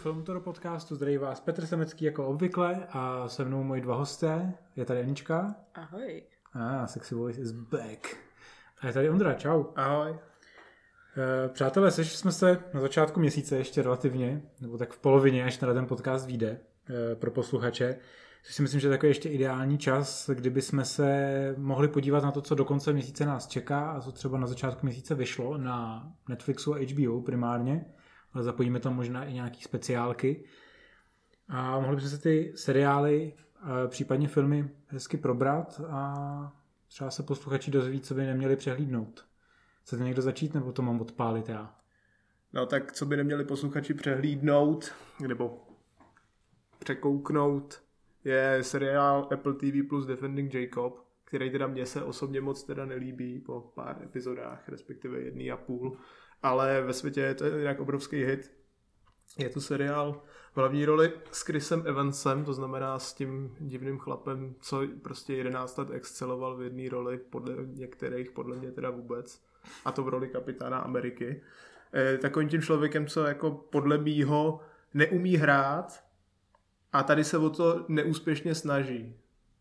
Filmtoro podcastu, zdraví vás Petr Semecký jako obvykle a se mnou moji dva hosté. Je tady Anička. Ahoj. Sexy voice is back. A je tady Ondra, čau. Ahoj. Přátelé, sešli jsme se na začátku měsíce ještě relativně, nebo tak v polovině, až ten podcast vyjde pro posluchače. Což si myslím, že je takový ještě ideální čas, kdyby jsme se mohli podívat na to, co do konce měsíce nás čeká a co třeba na začátku měsíce vyšlo na Netflixu a HBO primárně, ale zapojíme tam možná i nějaký speciálky. A mohli bychom se ty seriály, případně filmy hezky probrat a třeba se posluchači dozví, co by neměli přehlídnout. Chcete někdo začít, nebo to mám odpálit já? No tak co by neměli posluchači přehlídnout, nebo překouknout, je seriál Apple TV plus Defending Jacob, který teda mně se osobně moc teda nelíbí po pár epizodách, respektive 1,5, ale ve světě je to nějak obrovský hit. Je to seriál v hlavní roli s Chrisem Evansem, to znamená s tím divným chlapem, co prostě 11 let exceloval v jedné roli, podle některých, podle mě teda vůbec, a to v roli kapitána Ameriky. Takovým tím člověkem, co jako podle mýho neumí hrát a tady se o to neúspěšně snaží.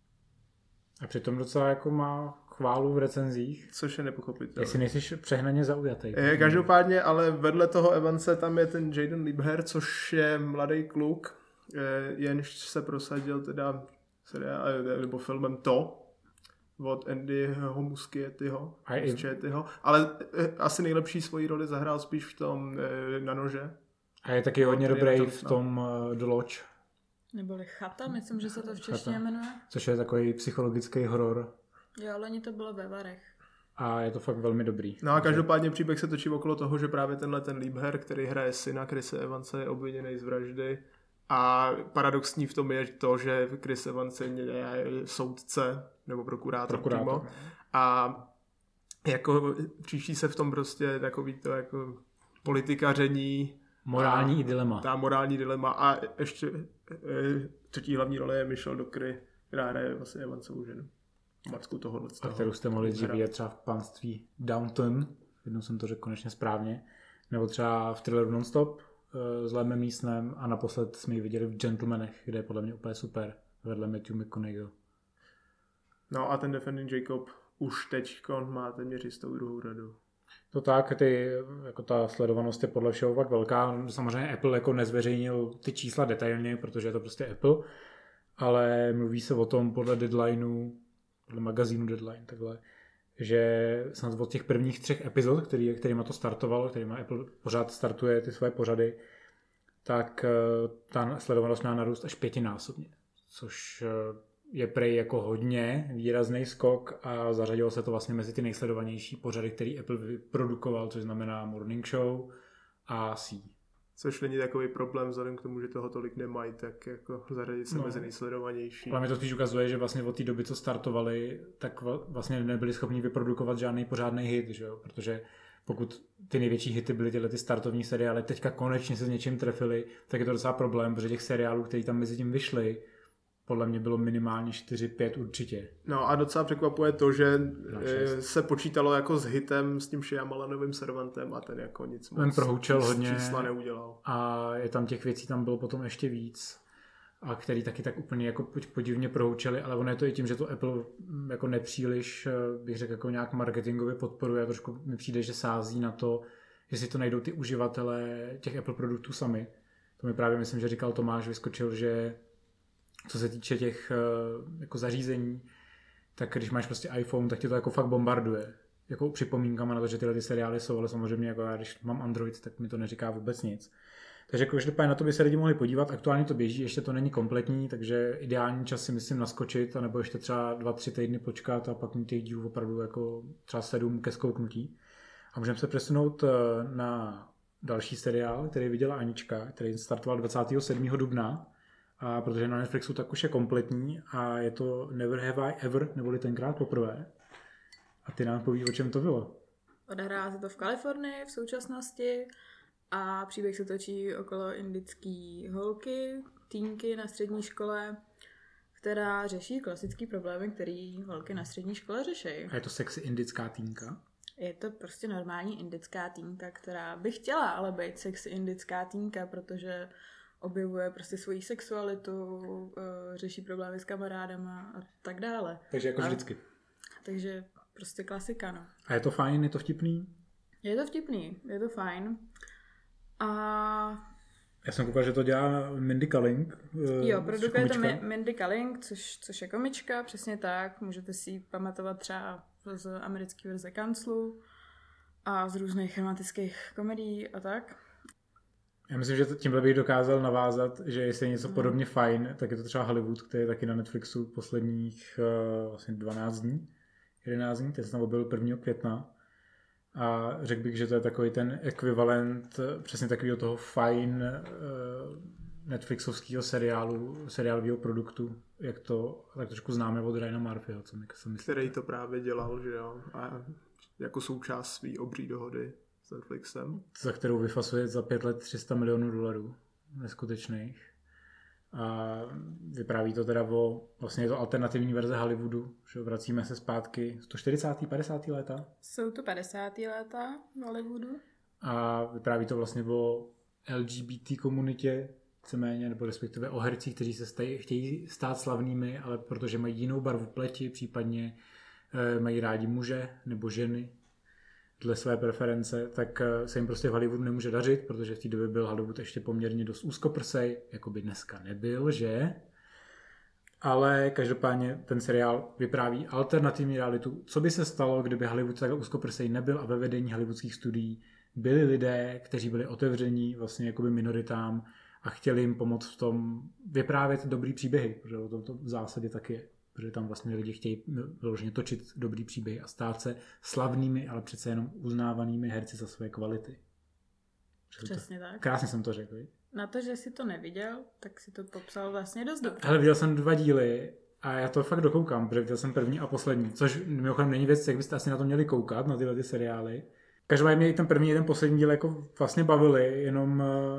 A přitom docela jako má chválu v recenzích. Což je nepochopitelné. Jestli nejsi přehnaně zaujatý. Každopádně, ale vedle toho Evanse tam je ten Jaden Lieber, což je mladý kluk, jenž se prosadil teda nebo filmem To od Andyho Muschietyho, ale asi nejlepší svoji roli zahrál spíš v tom Na nože. A je taky hodně dobrý v tom The Lodge. Neboli Chata, myslím, že se to v češtině jmenuje. Což je takový psychologický horor. Jo, ale oni to bylo ve Varech. A je to fakt velmi dobrý. No a každopádně příběh se točí okolo toho, že právě ten Lieber, který hraje syna Chrise Evanse, je obviněný z vraždy. A paradoxní v tom je to, že Chris Evans je soudce nebo prokurátor. Přímo. A jako příští se v tom prostě takový to jako politikaření. Morální dilema. Ta morální dilema. A ještě třetí hlavní role je Michelle Dockery, která hraje vlastně Evansovu ženu. Matku tohohle. A kterou jste mohli vidět třeba v Panství Downton, jednou jsem to řekl konečně správně, nebo třeba v thrilleru Nonstop s Liamem Neesonem a naposled jsme ji viděli v Gentlemanech, kde je podle mě úplně super, vedle Matthew McConaughey. No a ten Defending Jacob už teďkon má téměř jistou druhou řadu. To tak, jako ta sledovanost je podle všeho fakt velká. Samozřejmě Apple jako nezveřejnil ty čísla detailně, protože je to prostě Apple, ale mluví se o tom podle deadlineu, podle magazínu Deadline, takhle, že snad od těch prvních 3 epizod, kterýma to startovalo, kterýma Apple pořád startuje ty své pořady, tak ta sledovanost má narůst až 5násobně, což je prej jako hodně výrazný skok a zařadilo se to vlastně mezi ty nejsledovanější pořady, který Apple vyprodukoval, což znamená Morning Show a C. Což není takový problém vzhledem k tomu, že toho tolik nemají, tak jako zařadit se mezi nejsledovanější. Ale mi to spíš ukazuje, že vlastně od té doby, co startovali, tak vlastně nebyli schopni vyprodukovat žádný pořádný hit, že jo? Protože pokud ty největší hity byly tyhle ty startovní seriály, teďka konečně se s něčím trefili, tak je to docela problém, protože těch seriálů, které tam mezi tím vyšly, podle mě bylo minimálně 4-5 určitě. No a docela překvapuje to, že se počítalo jako s hitem s tím Shyamalanovým Servantem a ten jako nic moc prohoučel hodně čísla neudělal. A je tam těch věcí, tam bylo potom ještě víc a který taky tak úplně jako podivně prohoučeli, ale ono je to i tím, že to Apple jako nepříliš, bych řekl, jako nějak marketingově podporuje a trošku mi přijde, že sází na to, že si to najdou ty uživatelé těch Apple produktů sami. To mi právě myslím, že říkal Tomáš, vyskočil, že co se týče těch jako zařízení, tak když máš prostě iPhone, tak tě to jako fakt bombarduje. Jako připomínkama na to, že tyhle ty seriály jsou, ale samozřejmě jako já, když mám Android, tak mi to neříká vůbec nic. Takže každopádně na to by se lidi mohli podívat. Aktuálně to běží, ještě to není kompletní, takže ideální čas si myslím naskočit, anebo ještě třeba 2-3 týdny počkat a pak mít těch dílů opravdu jako třeba 7 ke zkouknutí. A můžeme se přesunout na další seriál, který viděla Anička, který startoval 27. dubna. A protože na Netflixu tak už je kompletní a je to Never Have I Ever, neboli tenkrát poprvé. A ty nám poví, o čem to bylo. Odehrává se to v Kalifornii v současnosti a příběh se točí okolo indické holky, teenky na střední škole, která řeší klasický problémy, který holky na střední škole řeší. A je to sexy indická teenka? Je to prostě normální indická teenka, která by chtěla ale být sexy indická teenka, protože objevuje prostě svoji sexualitu, řeší problémy s kamarádama a tak dále. Takže jako vždycky. Takže prostě klasika, no. A je to fajn, je to vtipný? Je to vtipný, je to fajn. A já jsem koukal, že to dělá Mindy Kaling. Jo, produkuje to Mindy Kaling, což je komička, přesně tak. Můžete si ji pamatovat třeba z americké verze Kanclu a z různých chromatických komedií a tak. Já myslím, že tímhle bych dokázal navázat, že jestli je něco podobně fajn, tak je to třeba Hollywood, který je taky na Netflixu posledních vlastně 12 dní, 11 dní, ten se tam objevil 1. května. A řekl bych, že to je takový ten ekvivalent přesně takového toho fajn Netflixovského seriálového produktu, jak to tak trošku známe od Ryana Murphyho, co mi se myslí. Který to právě dělal, že jo, a jako součást svý obří dohody s Netflixem. Za kterou vyfasuje za 5 let $300 milionů neskutečných. A vypráví to teda vlastně je to alternativní verze Hollywoodu, že vracíme se zpátky 140. 50. léta. Jsou to 50. léta v Hollywoodu. A vypráví to vlastně o LGBT komunitě, víceméně, nebo respektive o hercích, kteří se chtějí stát slavnými, ale protože mají jinou barvu pleti, případně mají rádi muže nebo ženy dle své preference, tak se jim prostě v Hollywoodu nemůže dařit, protože v té době byl Hollywood ještě poměrně dost úzkoprsej, jako by dneska nebyl, že? Ale každopádně ten seriál vypráví alternativní realitu. Co by se stalo, kdyby Hollywood takhle úzkoprsej nebyl a ve vedení hollywoodských studií byli lidé, kteří byli otevření vlastně jakoby minoritám a chtěli jim pomoct v tom vyprávět dobrý příběhy, protože o tom to v zásadě tak je. Protože tam vlastně lidi chtějí vyloženě točit dobrý příběhy a stát se slavnými, ale přece jenom uznávanými herci za své kvality. Přesně tak. Krásně jsem to řekl. Na to, že jsi to neviděl, tak si to popsal vlastně dost dobře. Hele, viděl jsem 2 díly a já to fakt dokoukám, protože viděl jsem první a poslední, což mimochodem není věc, jak byste asi na to měli koukat, na tyhle ty seriály. Každopádně mě i ten první, i ten poslední díl jako vlastně bavili, jenom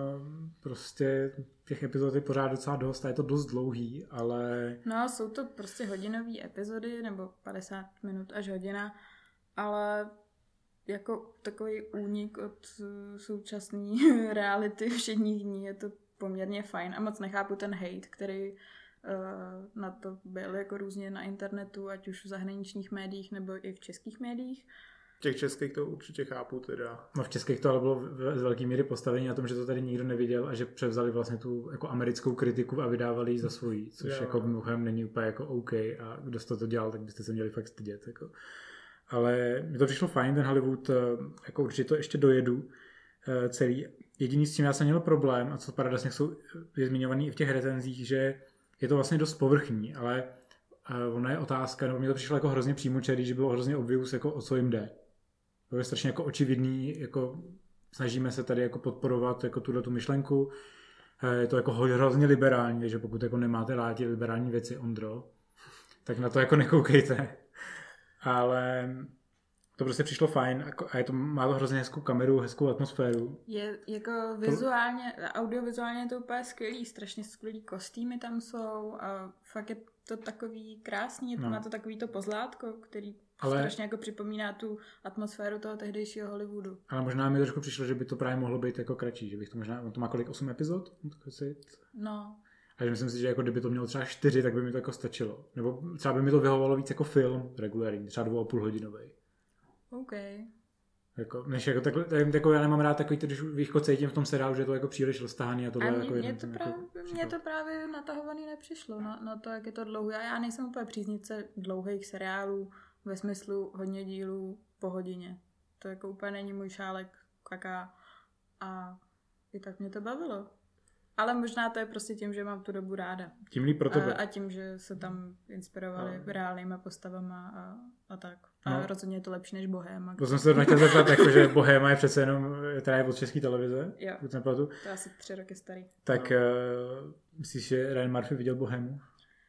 prostě těch epizod je pořád docela dost a je to dost dlouhý, ale... No, jsou to prostě hodinové epizody, nebo 50 minut až hodina, ale jako takový únik od současné reality všedních dní je to poměrně fajn a moc nechápu ten hate, který na to byl jako různě na internetu, ať už v zahraničních médiích nebo i v českých médiích. V těch českých to určitě chápu teda. No v českých to ale bylo z velké míry postavení na tom, že to tady nikdo neviděl a že převzali vlastně tu jako americkou kritiku a vydávali ji za svoji, což jako mimochodem není úplně jako OK a kdo jste to dělal, tak byste se měli fakt stydět. Jako. Ale mi to přišlo fajn, ten Hollywood, jako určitě to ještě dojedu celý. Jediný s tím já jsem měl problém a co paradoxně je zmiňovaný i v těch recenzích, že je to vlastně dost povrchní, ale ona je otázka, nebo mi to přišlo jako hrozně přímočarý, že bylo hrozně obvious, jako o co jim jde. To je strašně jako očividný, jako snažíme se tady jako podporovat jako tu myšlenku. Je to jako hrozně liberální, takže pokud jako nemáte rádi liberální věci, Ondro, tak na to jako nekoukejte. Ale to prostě přišlo fajn a má to hrozně hezkou kameru, hezkou atmosféru. Je jako vizuálně, audiovizuálně je to úplně skvělý, strašně skvělý kostýmy tam jsou a fakt je to takový krásný, má to takový to pozlátko, který strašně jako připomíná tu atmosféru toho tehdejšího Hollywoodu. Ale možná mi trošku přišlo, že by to právě mohlo být jako kratší, že bych to možná, on to má kolik, 8 epizod? No. A myslím si, že jako kdyby to mělo třeba 4, tak by mi to jako stačilo. Nebo třeba by mi to vyhovovalo víc jako film regulární, třeba 2,5 hodinový. OK. Jako, než jako takhle, jako já nemám rád takový, když jako cítím v tom seriálu, že je to jako příliš roztahaný a tohle jako mně to právě natahovaný nepřišlo, na to, jak je to dlouhé. Já nejsem úplně příznivce dlouhých seriálů ve smyslu hodně dílů po hodině. To jako úplně není můj šálek kaká a i tak mě to bavilo. Ale možná to je prostě tím, že mám tu dobu ráda. Tím líp pro tebe. A tím, že se tam inspirovali reálnýma postavama a tak. A rozhodně je to lepší než Bohéma. To jsem se to nechtěl zeptat, jakože Bohéma je přece jenom, teda je od České televize. Jo, to je asi 3 roky starý. Tak myslíš, že Ryan Murphy viděl Bohému?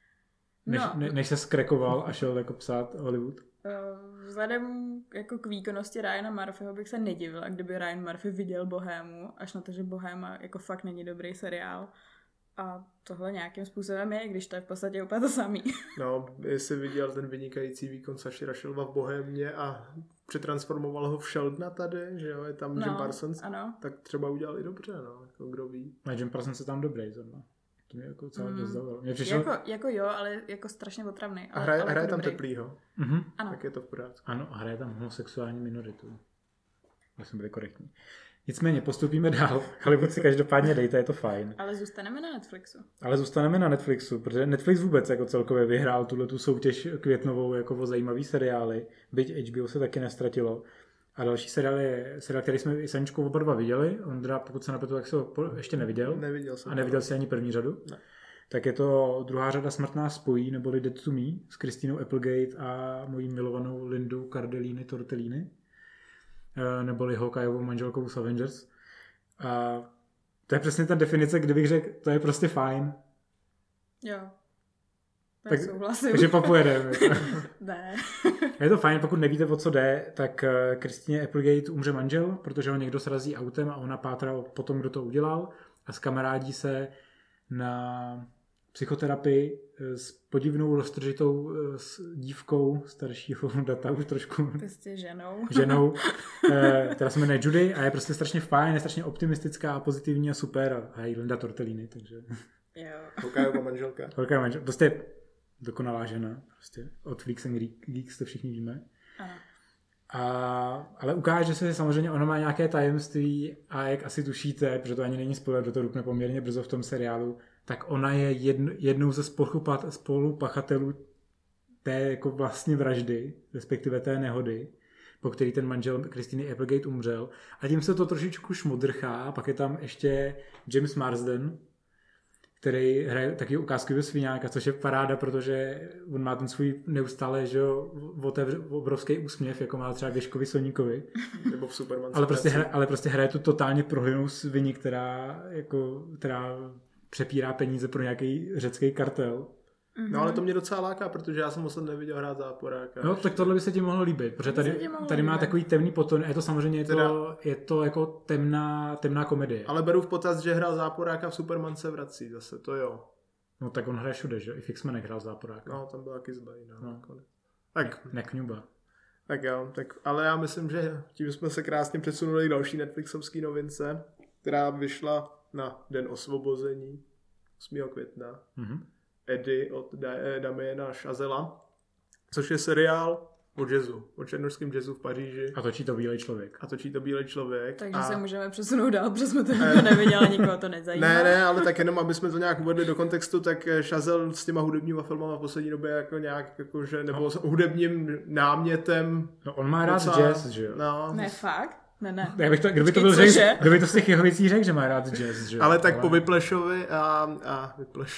Než se skrekoval a šel jako psát Hollywood? Vzhledem jako k výkonnosti Ryana Murphyho bych se nedivila, kdyby Ryan Murphy viděl Bohému, až na to, že Bohéma jako fakt není dobrý seriál. A tohle nějakým způsobem je, když to je v podstatě úplně to samý. No, jestli viděl ten vynikající výkon Saši Rašelova v Bohémě a přetransformoval ho v Sheldona tady, že jo, je tam Jim Parsons, ano. Tak třeba udělal i dobře, no, jako kdo ví. A Jim Parsons je tam dobrý zrovna. To mě jako celá dost zaujalo. Mě přišlo... Jako jo, ale jako strašně otravný. A hraje jako tam dobrý. Teplýho. Ano. Tak je to v pořádku. Ano, a hraje tam homosexuální minoritu. My jsme byli korektní. Nicméně, postupíme dál. Hollywood si každopádně dejte, je to fajn. Ale zůstaneme na Netflixu. Ale zůstaneme na Netflixu, protože Netflix vůbec jako celkově vyhrál tuhletu soutěž květnovou jako o zajímavý seriály, byť HBO se taky nestratilo. A další seriál je seriál, který jsme i s Aničkou oba dva viděli. Ondra, pokud se napětu, tak se ho ještě neviděl. Neviděl jsem. A neviděl si ani první řadu. Ne. Tak je to druhá řada Smrt nás spojí, neboli Dead to Me, s Christinou Applegate a mojí milovanou Lindou Cardellini Tortellini, neboli Hawkeyeovou manželkou z Avengers. A to je přesně ta definice, kdybych řekl, to je prostě fajn. Jo. Tak souhlasím. Takže popojedeme. Ne. Je to fajn, pokud nevíte, o co jde, tak Christině Applegate umře manžel, protože ho někdo srazí autem a ona pátrá po tom, kdo to udělal a zkamarádí se na psychoterapii s podivnou roztržitou dívkou staršího data, už trošku Prostě ženou, která se jmenuje Judy a je prostě strašně fajn, je strašně optimistická a pozitivní a super a je Linda Tortellini, takže Jo. Hawkeyeova manželka. Prostě dokonalá žena, prostě od Freaks and Geeks to všichni víme. Ano. Ale ukáže se samozřejmě, ono má nějaké tajemství a jak asi tušíte, protože to ani není spoiler, do toho rupne poměrně brzo v tom seriálu, tak ona je jednou ze spolupachatelů té jako vlastně vraždy, respektive té nehody, po který ten manžel Christiny Applegate umřel. A tím se to trošičku šmodrchá, pak je tam ještě James Marsden, který hraje taky ukázkového sviňáka, což je paráda, protože on má ten svůj neustále, že jo, obrovský úsměv, jako má třeba Věškovi Soníkovi. Nebo v Superman. Ale prostě hraje tu totálně prohlinou svini, která přepírá peníze pro nějaký řecký kartel. No ale to mě docela láká, protože já jsem musel neviděl hrát záporáka. No tak tohle by se ti mohlo líbit, protože tady má takový temný poton, je to samozřejmě je to jako temná komedie. Ale beru v potaz, že hrál záporáka v Superman se vrací zase, to jo. No tak on hraje všude, že? I v X-Menech hrál záporáka. No tam byl taky zbají, no. Tak. Nekňuba. Tak jo, ale já myslím, že tím jsme se krásně přesunuli k další Netflixovské novince, která vyšla na Den osvobození 8. května. Mhm. Eddie od Damiena Chazela, což je seriál o jazzu, o černošském jazzu v Paříži. A točí to bílej člověk. Takže se můžeme přesunout dál, protože jsme to nikdo neviděli, nikoho to nezajímá. Ne, ale tak jenom, aby jsme to nějak uvedli do kontextu, tak Chazelle s těma hudebníma filmama v poslední době jako nějak, jakože, nebo s hudebním námětem. No on má rád jazz, že jo? No. Ne, fakt? Ne. Kdyby to z těch jeho věcí řekl, že má rád jazz, že jo? Ale tak po Whiplashovi a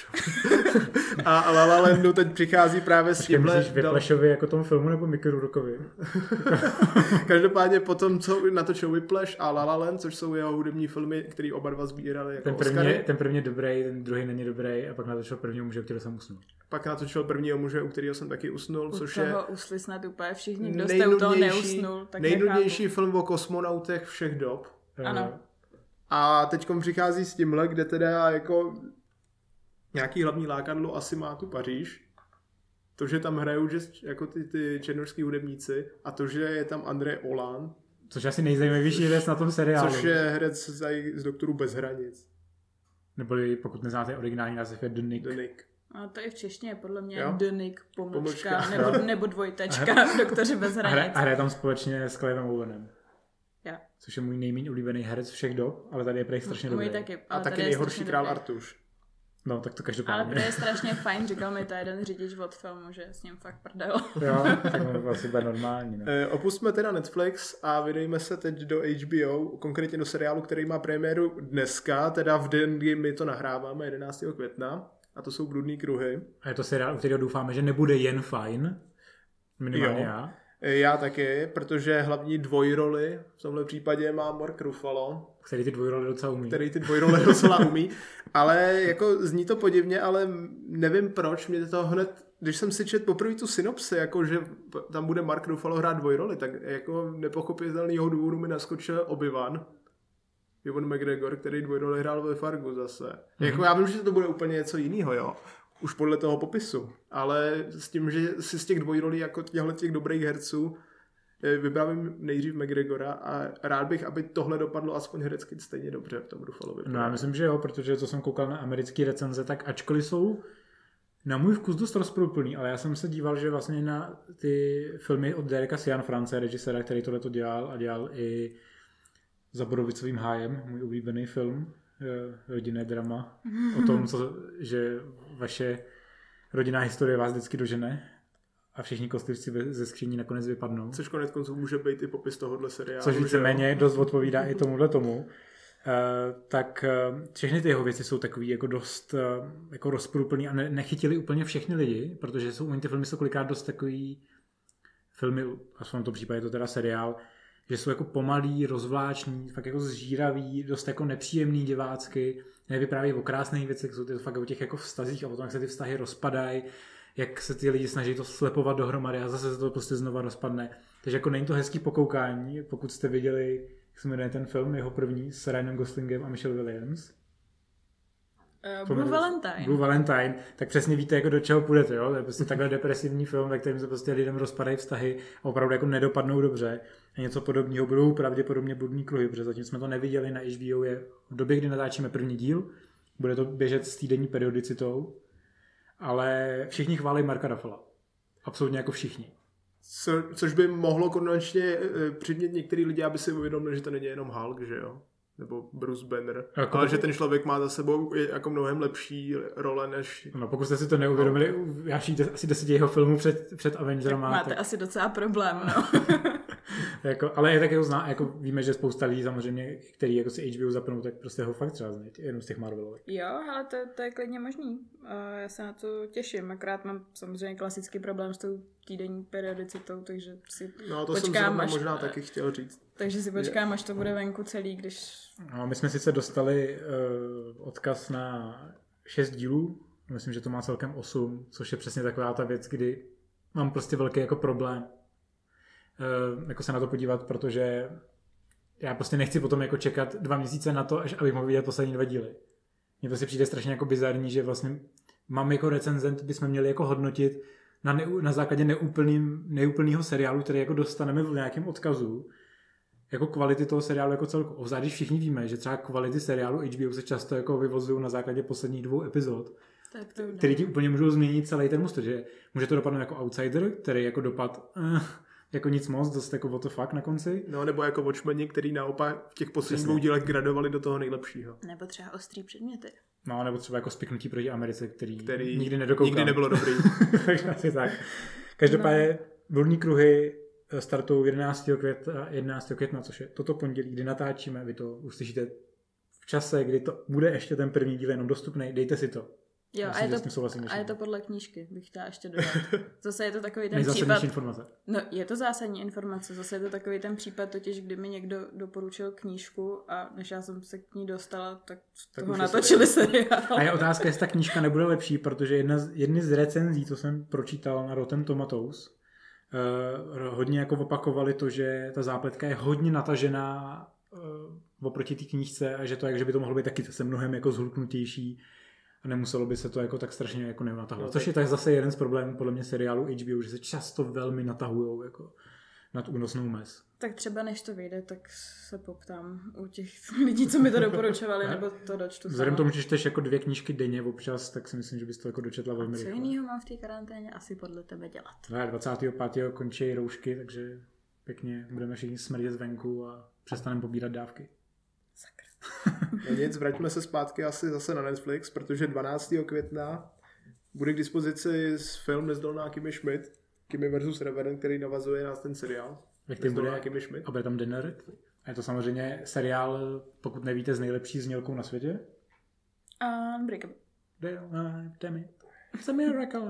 La La Landu teď přichází právě s tímhle. Myslíš Whiplashovi jako tomu filmu nebo Mickey Rourkeovi? Každopádně potom, co natočil Whiplash a La La Land, což jsou jeho hudební filmy, který oba dva sbírali jako Oscary. Ten první je dobrý, ten druhý není dobrý a pak natočil prvního muže, který jsem usnul. Pak natočil prvního muže, u kterého jsem taky usnul, což je usli snad úplně všichni, kdo jste u toho neusnul. Tak nejnudnější film o kosmonautech všech dob. Ano. A teďkom přichází s tímhle, kde teda jako nějaký hlavní lákadlo asi má tu Paříž. To, že tam hrajou jako ty černošský hudebníci a to, že je tam André Hollande. Což je asi nejzajímavější věc na tom seriálu. Což je herec z Doktorů bez hranic. Neboli pokud neznáte originální název je The Nick. A to je v češtině, podle mě jo? The Nick, pomlčka, nebo dvojtečka, Doktoři bez hranic. A hraje tam společně s Clivem Owenem. Jo. Což je můj nejméně oblíbený herec všech dob, ale tady je prej strašně dobrý. A taky nejhorší král Artuš. No, tak to každopádně. Ale to je strašně fajn, říkal mi to jeden řidič od filmu, že s ním fakt prdel. Jo, tak to asi bude normální. No. Opustíme teda Netflix a vydejme se teď do HBO, konkrétně do seriálu, který má premiéru dneska, teda v den, kdy my to nahráváme, 11. května. A to jsou Bludný kruhy. A je to seriál, u kterého doufáme, že nebude jen fajn. Minimálně já. Já taky, protože hlavní dvojroli v tomhle případě má Mark Ruffalo. Který ty dvojrole docela umí. Ale jako zní to podivně, ale nevím proč. Mě to hned, když jsem si četl poprvé tu synopsi, jako že tam bude Mark Ruffalo hrát dvojroli, tak jako nepochopitelnýho důvodu mi naskočil Obi-Wan. Ewan McGregor, který dvojroli hrál ve Fargu zase. Jako já vím, že to bude úplně něco jiného, jo. Už podle toho popisu. Ale s tím, že si z těch dvojrolí jako těch dobrých herců vybrávím nejdřív McGregora a rád bych, aby tohle dopadlo aspoň herecky stejně dobře v tom Ruffalovi. No já myslím, že jo, protože co jsem koukal na americké recenze, tak ačkoliv jsou na můj vkus dost rozporuplný, ale já jsem se díval, že vlastně na ty filmy od Dereka Cianfrance, režiséra, který tohleto dělal a dělal i Za Bodovicovým hájem, můj oblíbený film, rodinné drama, o tom, že vaše rodinná historie vás vždycky dožene a všichni kostlivci ze skříní nakonec vypadnou. Což konec konců může být i popis tohohle seriálu. Což víceméně dost odpovídá i tomuhle tomu. Tak všechny ty jeho věci jsou takový jako dost jako rozprůplný a nechytili úplně všechny lidi, protože ty filmy jsou kolikrát dost takový filmy, aspoň v tom případě je to teda seriál, že jsou jako pomalý, rozvláční, fakt jako zžíravý, dost jako nepříjemný divácky, nevyprávějí o krásných věcech, jsou to fakt o těch jako vztazích a potom jak se ty vztahy rozpadají, jak se ty lidi snaží to slepovat dohromady a zase se to prostě znova rozpadne. Takže jako není to hezký pokoukání, pokud jste viděli, jak se jmenuje ten film, jeho první s Ryanem Goslingem a Michelle Williams. Blue Valentine. Blue Valentine, tak přesně víte, jako do čeho půjdete, jo? To je prostě takhle depresivní film, ve kterém se prostě lidem rozpadají vztahy a opravdu jako nedopadnou dobře. A něco podobného budou pravděpodobně Bludný kruhy, protože zatím jsme to neviděli na HBO, je v době, kdy natáčíme první díl, bude to běžet s týdenní periodicitou, ale všichni chválí Marka Ruffala. Absolutně jako všichni. Což by mohlo konečně přimět některý lidi, aby si uvědomili, že to není jenom Hulk, že jo? Nebo Bruce Banner. Jako ale že ten člověk má za sebou jako mnohem lepší role než... No, pokud jste si to neuvědomili, já asi 10 jeho filmů před Avengerama. Máte tak... asi docela problém, no. jako, ale je tak jako víme, že spousta lidí samozřejmě, který jako si HBO zapnou, tak prostě ho fakt třeba znají, jenom z těch Marvelových. Jo, ale to je klidně možný. Já se na to těším, akorát mám samozřejmě klasický problém s tou týdenní periodicitou, takže si no, to počkám, jsem možná taky chtěl říct. Takže si počkám, až to bude venku celý, když... No, my jsme sice dostali odkaz na 6 dílů, myslím, že to má celkem 8, což je přesně taková ta věc, kdy mám prostě velký jako problém jako se na to podívat, protože já prostě nechci potom jako čekat 2 měsíce na to, až abych mohl vidět poslední 2 díly. Mně prostě přijde strašně jako bizarní, že vlastně mám jako recenzent, bychom měli jako hodnotit na základě neúplného seriálu, který jako dostaneme v nějakém odkazu, jako kvality toho seriálu jako celku. Obzvlášť, když všichni víme, že třeba kvality seriálu HBO se často jako vyvozují na základě posledních 2 epizod, který ti úplně můžou změnit celý ten most, že může to dopadnout jako Outsider, který jako dopad jako nic moc, dost jako what the fuck na konci. No, nebo jako Watchmeni, který naopak v těch posledních 2 dílech gradovali do toho nejlepšího. Nebo třeba Ostrý předměty. No, nebo třeba jako Spiknutí proti Americe, který nikdy nedokoukal. Nikdy nebylo dobrý. Asi tak. Každopádně Bludný kruhy startují 11. května, což je toto pondělí, kdy natáčíme. Vy to uslyšíte v čase, kdy to bude ještě ten první díl jenom dostupný. Dejte si to. Jo, a je to podle knížky, bych chtěla ještě dodat. Zase je to takový ten případ... informace. No, je to zásadní informace. Zase je to takový ten případ, totiž kdy mi někdo doporučil knížku a než já jsem se k ní dostala, tak toho natočili seriál. A je otázka, jestli ta knížka nebude lepší, protože jedny z recenzí, co jsem pročítal na Rotten Tomatoes, hodně jako opakovali to, že ta zápletka je hodně natažená oproti té knížce a že to že by to mohlo být taky zase mnohem jako zhulknutější a nemuselo by se to jako tak strašně jako nenatahovat. Což je tak zase jeden z problémů podle mě seriálu HBO, že se často velmi natahujou jako nad únosnou mez. Tak třeba než to vyjde, tak se poptám u těch lidí, co mi to doporučovali, nebo to dočtu sama. Vzhledem tomu, že čteš jako 2 knížky denně občas, tak si myslím, že bys to jako dočetla velmi rychle. Co jinýho mám v té karanténě asi podle tebe dělat? 25. končí roušky, takže pěkně budeme všichni smrdět zvenku a přestaneme pobírat dávky. Sakra. No nic, vraťme se zpátky asi zase na Netflix, protože 12. května bude k dispozici film Nezdolná Kimmy Schmidt, Kimmy vs. Reverend, který navazuje na ten seriál. Nezdolná Kimmy Schmidt. A bude tam Dinner. A je to samozřejmě seriál, pokud nevíte, s nejlepší znělkou na světě. Unbreakable. Damn it. It's a miracle.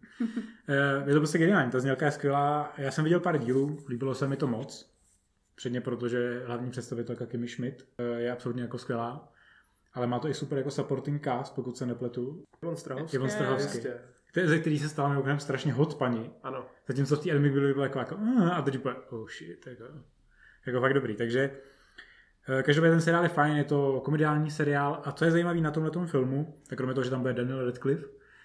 Je to prostě geniální, ta znělka je skvělá. Já jsem viděl pár dílů, líbilo se mi to moc. Předně proto, že hlavní představitelka Kimmy Schmidt je absolutně jako skvělá. Ale má to i super jako supporting cast, pokud se nepletu. Ivan Strahovský. Ze který se stala mimochodem strašně hot paní. Ano. Zatímco v té Elmy bylo jako a teď úplně, oh shit, jako fakt dobrý. Takže Každopádně ten seriál je fajn, je to komediální seriál a co je zajímavé na tomhletom filmu, tak kromě toho, že tam bude Daniel Radcliffe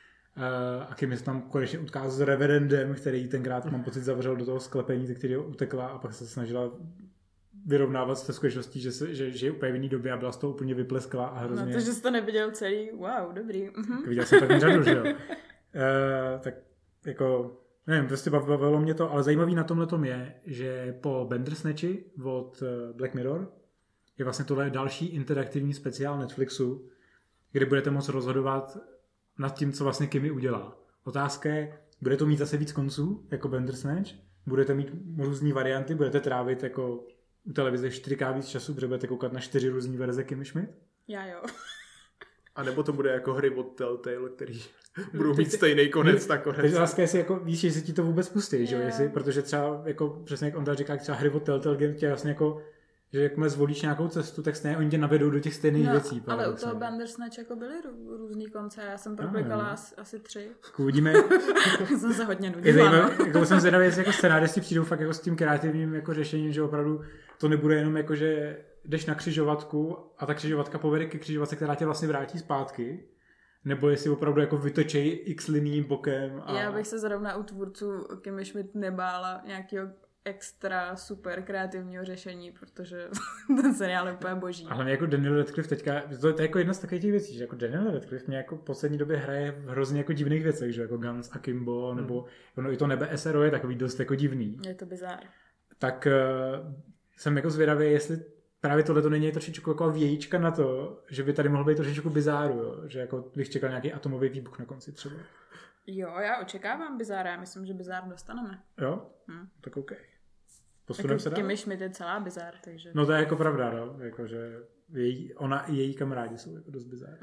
a Kim se tam konečně utká s Reverendem, který tenkrát mám pocit zavřel do toho sklepení, ze kterého utekla a pak se snažila vyrovnávat s té skutečností, že je úplně v jiný době a byla z toho úplně vyplesklá a hrozně... Na to, že jsi to neviděl celý, wow, dobrý. Viděl jsem první řadu, že jo. Tak jako, nevím, prostě bavilo mě to, ale zajímavý na tomhletom je, že po Bandersnatchi od Black Mirror je vlastně tohle další interaktivní speciál Netflixu, kde budete moct rozhodovat nad tím, co vlastně Kimi udělá. Otázka je, bude to mít zase víc konců, jako Bandersnatch? Budete mít různý varianty? Budete trávit jako u televize 4x víc času, protože budete koukat na 4 různý verze Kimi Schmidt? Já jo. A nebo to bude jako hry od Telltale, který budou mít stejný konec nakonec. Takže otázka je, jako víš, jestli ti to vůbec pustí, že? Jestli, protože třeba, jako, přesně jak Ondra říká, třeba hry od Telltale Game tě vlastně jako, že jakmile zvolíš nějakou cestu, tak stejně oni tě navedou do těch stejných věcí. Ale u toho Bandersnatch jako byly různý konce, já jsem proklikala asi 3. Uvidíme. Jsem se hodně nudila. Jako jsem zvědavý, jestli jako scenáristi přijdou fakt jako s tím kreativním jako řešením, že opravdu to nebude jenom jako, že jdeš na křižovatku a ta křižovatka povede ke křižovatce, která tě vlastně vrátí zpátky, nebo jestli opravdu jako vytočej x liní bokem. A... Já bych se zrovna u tvůrců Kimi Schmidt nebála nějakého extra super kreativního řešení, protože ten seriál je úplně boží. A hlavně jako Daniel Radcliffe teďka, to je jako jedna z takových těch věcí, že jako Daniel Radcliffe mě jako v poslední době hraje v hrozně jako divných věcech, že jako Guns Akimbo, nebo ono i to Nebe SRO je takový dost jako divný. Je to bizár. Tak jsem jako zvědavý, jestli právě tohle to není trošičku jako vějíčka na to, že by tady mohl být trošičku bizáru, jo? Že jako bych čekal nějaký atomový výbuch na konci třeba. Jo, já očekávám bizára, já myslím, že bizár dostaneme. Jo? Tak OK. Posuneme se dál? Kimi Schmidt je celá bizár, takže... No to je jako pravda, no. Jako, že ona i její kamarádi jsou jako dost bizár.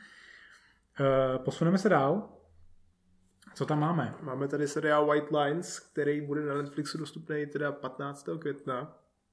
Posuneme se dál. Co tam máme? Máme tady seriál White Lines, který bude na Netflixu dostupný teda 15. května.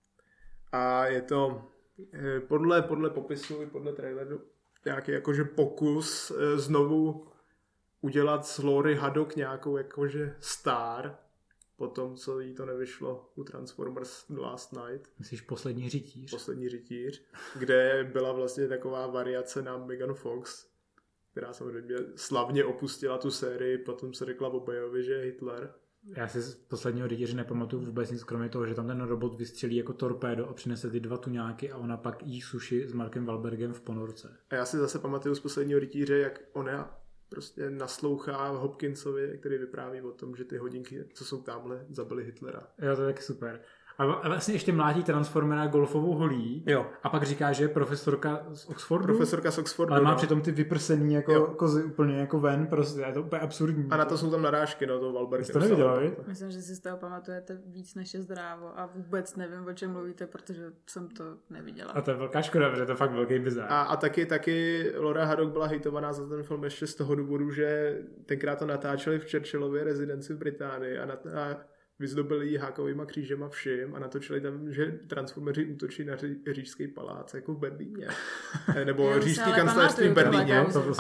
A je to podle popisu i podle traileru nějaký jakože pokus znovu udělat z Laurie Haddock nějakou jakože star po tom, co jí to nevyšlo u Transformers The Last Night. Myslíš Poslední rytíř? Poslední rytíř, kde byla vlastně taková variace na Megan Fox, která samozřejmě slavně opustila tu sérii, potom se řekla Obeyovi, že je Hitler. Já si z Posledního rytíře nepamatuju vůbec nic, kromě toho, že tam ten robot vystřelí jako torpédo a přinese ty 2 tuňáky a ona pak jí sushi s Markem Wahlbergem v ponorce. A já si zase pamatuju z Posledního rytíře, jak ona prostě naslouchá Hopkinsovi, který vypráví o tom, že ty hodinky, co jsou tamhle, zabili Hitlera. Jo, to je taky super. A vlastně ještě mlátí Transformera golfovou holí. Jo. A pak říká, že je profesorka z Oxfordu. Profesorka z Oxfordu. Ale má přitom ty vyprsený jako kozy úplně jako ven, prostě je to úplně absurdní. A na to jsou tam narážky, no, to Wahlberg. Jsi to neviděla, víš? Myslím, že si z toho pamatujete víc než je zdrávo a vůbec nevím, o čem mluvíte, protože jsem to neviděla. A to je velká škoda, protože to je fakt velký bizár. A taky Laura Haddock byla hejtovaná za ten film ještě z toho důvodu, že tenkrát to natáčeli v Churchillově rezidenci v Británii a vyzdobili jí hákovýma křížema všim a natočili tam, že Transformeři útočí na Říšský palác, jako v Berlíně. Nebo Říšský kancelářství v Berlíně.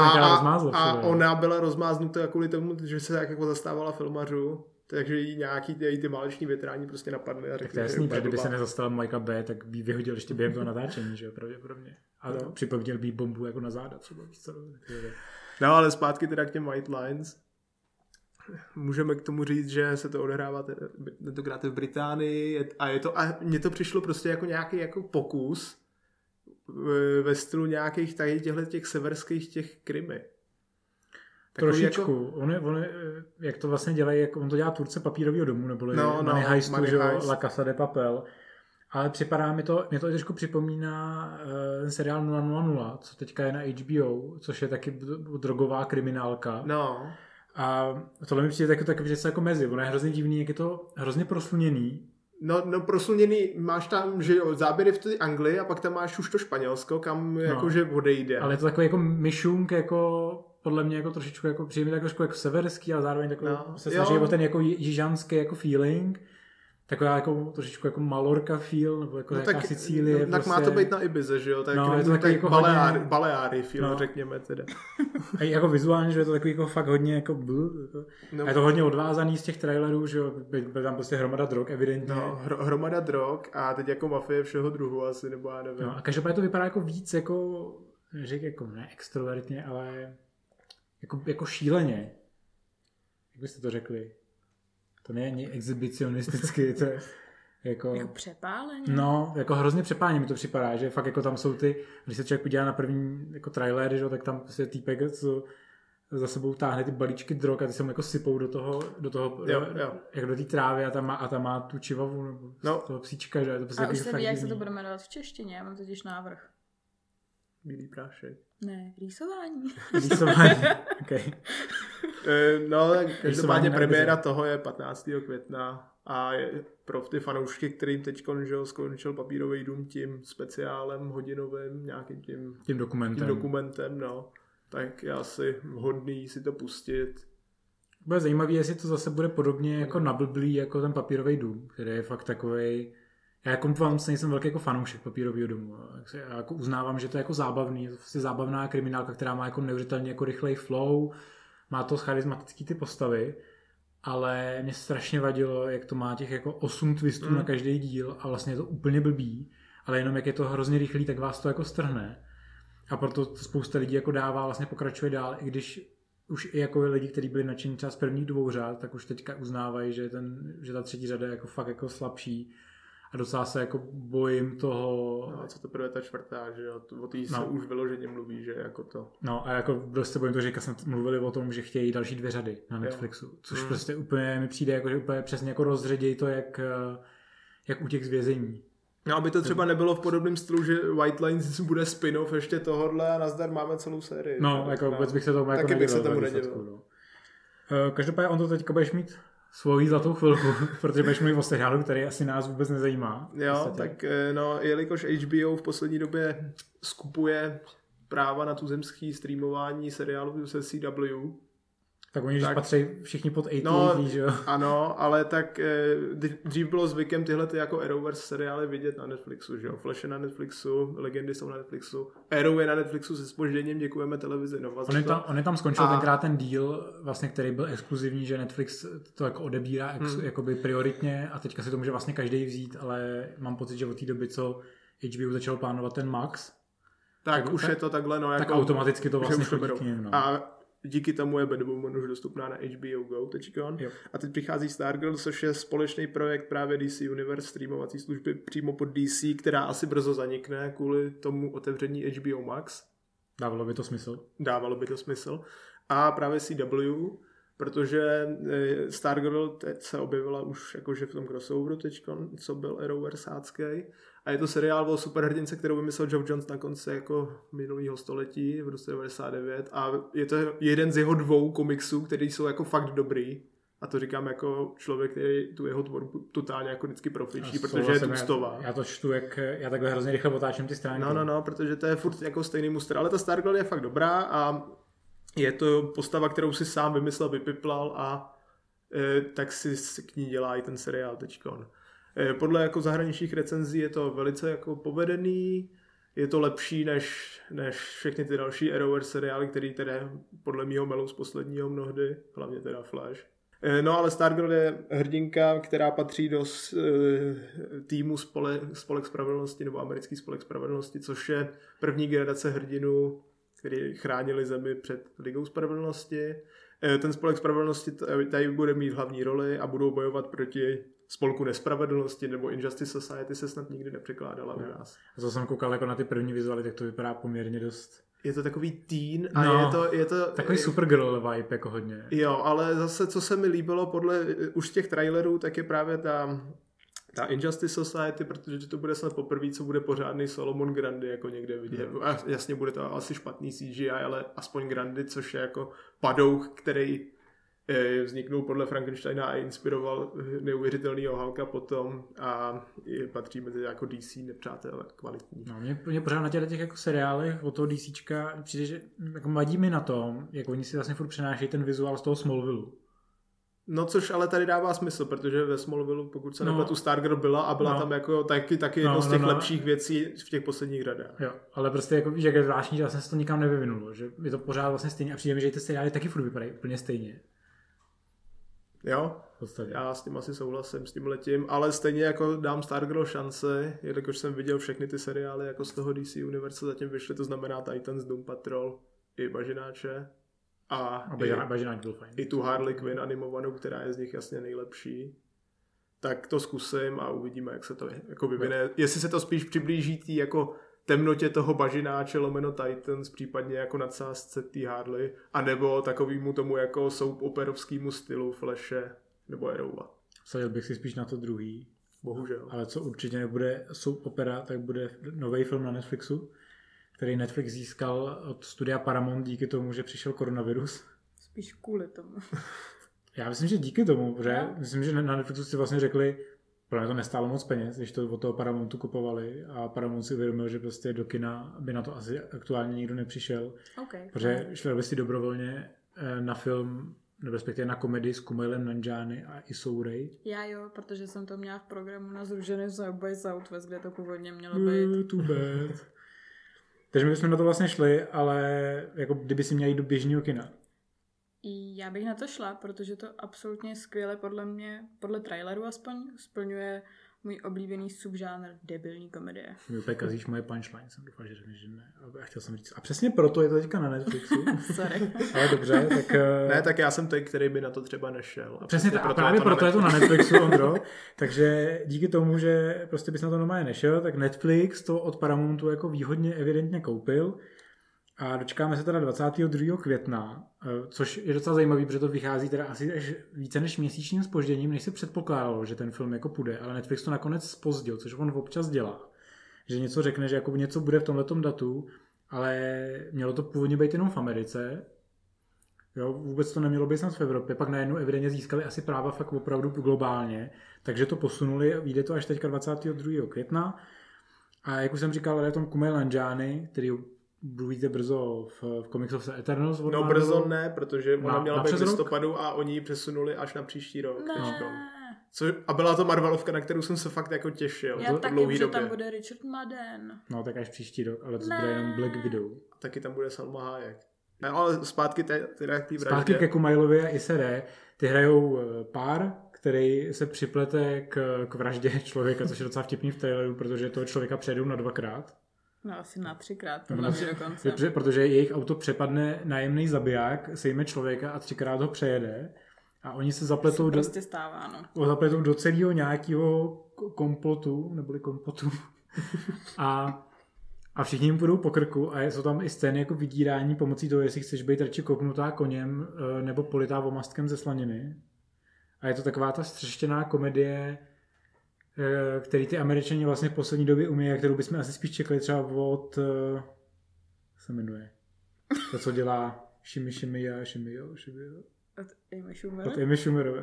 A ona byla rozmáznutá kvůli tomu, že se tak jako zastávala filmařů, takže jí nějaký ty váleční větráni prostě napadly. A tak to je jasný, že kdyby se nezastala Mikea B, tak by vyhodil ještě během toho natáčení, že jo, pravděpodobně. A připevnil by bombu jako na záda třeba. No ale zpátky teda k těm White Lines. Můžeme k tomu říct, že se to odehrává tentokrát v Británii a mně to přišlo prostě jako nějaký jako pokus ve stylu nějakých tady těch severských těch krimi. Trošičku. Jako... On, jak to vlastně dělají, jak on to dělá Tvůrce Papírového domu, nebo Money Heistu, že La Casa de Papel. Ale připadá mě to trošku připomíná ten seriál 000, co teďka je na HBO, což je taky drogová kriminálka. No. A tohle mi přijde takový něco jako mezi. Ono je hrozně divný, jak je to hrozně prosluněný. No prosluněný, máš tam, že jo, záběry v té Anglii a pak tam máš už to Španělsko, kam jakože odejde. Ale je to takový jako myšunk, jako podle mě jako trošičku jako přijde tak trošku jako severský, ale zároveň takový se snaží o ten jako jižanský jako feeling. taková jako trošičku jako Malorka feel, nebo jako jaká Sicílie. Tak prostě. má to být na Ibize, že jo? Tak no, je to takový jako Baleáry feel, řekněme teda. A jako vizuálně, že je to takový jako fakt hodně jako a je to hodně odvázaný z těch trailerů, že jo? Byl tam prostě hromada drog, evidentně. No, hromada drog a teď jako mafie všeho druhu asi, nebo já nevím. No, a každopádně to vypadá jako víc jako, jako ne extrovertně, ale jako šíleně. Jak byste to řekli? To není exhibicionisticky, to je jako přepáleně? No, jako hrozně přepáleně mi to připadá, že fakt jako tam jsou ty, když se člověk podívá na první jako trailer, že, tak tam prostě týpek, co za sebou táhne ty balíčky drog a ty se mu jako sypou do toho jo. jako do té trávy a tam má tu čivavu nebo toho psíčka, že? To prostě a už se ví, jak se to bude jmenovat v češtině, já mám totiž návrh. Bílý prášek. Ne, rýsování. Rýsování, okay. No, každopádně premiéra toho je 15. května a je pro ty fanoušky, kterým teď skončil Papírový dům tím speciálem hodinovým, nějakým tím dokumentem, no, tak je asi vhodný si to pustit. Bude zajímavý, jestli to zase bude podobně jako nablblý jako ten Papírový dům, který je fakt takovej. Já jako vám nejsem velký jako fanoušek Papírového domu. Já jako uznávám, že to je jako zábavný, je to vlastně zábavná kriminálka, která má jako neuvěřitelně jako rychlej flow, má to charismatický ty postavy, ale mě strašně vadilo, jak to má těch jako 8 twistů na každý díl a vlastně je to úplně blbý, ale jenom jak je to hrozně rychlý, tak vás to jako strhne. A proto to spousta lidí jako dává, vlastně pokračuje dál, i když už i jako lidi, kteří byli nadšení třeba z prvních 2 řad, tak už teďka uznávají, že ta 3. řada je jako fakt jako slabší. A docela se jako bojím toho... No a co teprve ta 4., že jo? O té se už vyloženě mluví, že jako to... No a jako dost se bojím toho, že jsme mluvili o tom, že chtějí další 2 řady na Netflixu. Což prostě úplně mi přijde, jako, že úplně přesně jako rozředějí to, jak u těch z vězení. No aby to třeba nebylo v podobném stylu, že White Lines bude spin-off ještě tohodle a nazdar máme celou sérii. No, jako vůbec bych se tomu jako taky bych se tomu nedivil. No. Každopádně on to teďka budeš mít svoji zlatou chvilku, protože budeš mluvit o seriálu, který asi nás vůbec nezajímá. Jo, tak no, jelikož HBO v poslední době skupuje práva na tuzemský streamování seriálů se CW, tak oni patří všichni pod AT&T, že jo? Ano, ale tak dřív bylo zvykem tyhle ty jako Arrowverse seriály vidět na Netflixu, že jo? Flash je na Netflixu, Legendy jsou na Netflixu, Arrow je na Netflixu se zpožděním, děkujeme televizi Nova. On je tam skončil tenkrát ten deal, vlastně, který byl exkluzivní, že Netflix to jako odebírá jakoby prioritně a teďka si to může vlastně každý vzít, ale mám pocit, že od té doby, co HBO začal plánovat ten Max, tak už je to takhle, no, tak jako, automaticky to vlastně chodí k nim, no. A díky tomu je Batwoman už dostupná na HBO Go teďkon. A teď přichází Stargirl, což je společný projekt právě DC Universe, streamovací služby přímo pod DC, která asi brzo zanikne kvůli tomu otevření HBO Max. Dávalo by to smysl. Dávalo by to smysl. A právě CW, protože Stargirl teď se objevila už jakože v tom crossoveru teďkon, co byl Arrowversácký. A je to seriál o superhrdince, kterou vymyslel Geoff Johns na konci jako minulého století v roce 99 a je to jeden z jeho 2 komiksů, který jsou jako fakt dobrý. A to říkám jako člověk, který tu jeho tvorbu totálně jako vždycky profičí, protože je tuctová. Já to čtu, jak já takhle hrozně rychle otáčím ty stránky. No, protože to je furt jako stejný mustr, ale ta Stargirl je fakt dobrá a je to postava, kterou si sám vymyslel, vypiplal a tak si k ní dělá i ten seriál teďkon. Podle jako zahraničních recenzí je to velice jako povedený, je to lepší než všechny ty další Arrowverse seriály, který teda podle mýho melou z posledního mnohdy, hlavně teda Flash. No ale Stargirl je hrdinka, která patří do týmu Spolek spravedlnosti nebo americký Spolek spravedlnosti, což je první generace hrdinů, který chránili zemi před Ligou spravedlnosti. Ten Spolek spravedlnosti tady bude mít hlavní roli a budou bojovat proti Spolku nespravedlnosti nebo Injustice Society se snad nikdy nepřekládala u nás. A co jsem koukal jako na ty první vizuály, tak to vypadá poměrně dost... Je to takový teen a je to... Takový Supergirl vibe jako hodně. Jo, ale zase, co se mi líbilo podle už těch trailerů, tak je právě ta Injustice Society, protože to bude snad poprvé, co bude pořádný Solomon Grundy jako někde vidět. A jasně bude to asi špatný CGI, ale aspoň Grundy, což je jako padouch, který vzniknul podle Frankensteina a inspiroval neuvěřitelného Hulka potom a patří mezi jako DC nepřátelé kvalitní. No, mě pořád na těch jako seriálech od toho DCčka přijde, že jako vadí mi na tom, jak oni si vlastně furt přenášejí ten vizuál z toho Smallville. No což ale tady dává smysl, protože ve Smallville, pokud se nepletu, Stargirl byla a byla tam jako taky jedno z těch lepších věcí v těch posledních řadách. Jo, ale prostě jako víš, jak je zvláštní, že vlastně se to nikam nevyvinulo, že je to pořád vlastně stejně a přijde mi, že ty seriály taky furt vypadají úplně stejně. Jo, já s tím asi souhlasím, s tím letím, ale stejně jako dám Stargirl šance, jelikož jsem viděl všechny ty seriály jako z toho DC Universe zatím vyšly, to znamená Titans, Doom Patrol i Bažináče. A Bažináč byl fajn. I tu Harley Quinn animovanou, která je z nich jasně nejlepší. Tak to zkusím a uvidíme, jak se to jako vyvine. Jestli se to spíš přiblíží tý jako temnotě toho Bažináče lomeno Titans, případně jako nadsázce té Harley, anebo takovýmu tomu jako soap operovskému stylu Flashe nebo Arrowa. Vsadil bych si spíš na to druhý. Bohužel. Ale co určitě nebude soap opera, tak bude nový film na Netflixu, který Netflix získal od studia Paramount díky tomu, že přišel koronavirus. Spíš kvůli tomu. Já myslím, že díky tomu, protože myslím, že na Netflixu si vlastně řekli, pro mě to nestálo moc peněz, když to od toho Paramountu kupovali a Paramount si uvědomil, že prostě do kina by na to asi aktuálně nikdo nepřišel. Protože šli by si dobrovolně na film, nebo respektive na komedii s Kumailem Nanjiani a Issou Rae. Já jo, protože jsem to měla v programu na zruženém South by Southwest, kde to původně mělo být. Too bad. Takže my bychom na to vlastně šli, ale jako kdyby si měli jít do běžného kina. Já bych na to šla, protože to absolutně skvěle podle mě, podle traileru aspoň, splňuje můj oblíbený subžánr debilní komedie. Vy úplně kazíš moje punchline, jsem doufal, že řekneš, že ne. A chtěl jsem říct. A přesně proto je to teďka na Netflixu. Sorry. Ale dobře, tak... Ne, tak já jsem ten, který by na to třeba nešel. A přesně tak, a právě proto je to na Netflixu, Ondro. Takže díky tomu, že prostě bys na to normálně nešel, tak Netflix to od Paramountu jako výhodně evidentně koupil. A dočkáme se teda 22. května, což je docela zajímavý, protože to vychází teda asi až více než měsíčním zpožděním, než se předpokládalo, že ten film jako půjde, ale Netflix to nakonec zpozdil, což on občas dělá. Že něco řekne, že jako něco bude v tomhletom datu, ale mělo to původně být jenom v Americe. Jo, vůbec to nemělo být snad v Evropě, pak najednou evidentně získali asi práva fakt opravdu globálně, takže to posunuli a vyjde to až teďka 22. května. A jak už jsem říkal, je tom Kumail Nanjiani, který budu brzo v Comics of the Eternals. No brzo ne, protože ona měla být v listopadu a oni ji přesunuli až na příští rok. A byla to Marvelovka, na kterou jsem se fakt jako těšil. Já taky, že tam bude Richard Madden. No tak až příští rok, ale to bude jenom Black Widow. Taky tam bude Salma Hayek. Ne, ale zpátky k té vraždě. Zpátky ke Kumailovi a Isse Rae. Ty hrajou pár, který se připlete k vraždě člověka, což je docela vtipný v traileru, protože toho člověka přejdou na 2krát. No asi na 3krát, podle mě dokonce. Protože jejich auto přepadne nájemný zabiják, sejme člověka a 3krát ho přejede. A oni se zapletou, prostě stává, no. Zapletou do celého nějakého komplotu, neboli kompotu. A všichni jim půjdou po krku a jsou tam i scény jako vydírání pomocí toho, jestli chceš být radši kopnutá koněm nebo politá omastkem ze slaniny. A je to taková ta střeštěná komedie, který ty Američani vlastně v poslední době umí, a kterou bychom asi spíš čekali třeba od se jmenuje to, co dělá Shimi. Od Amy Schumerové.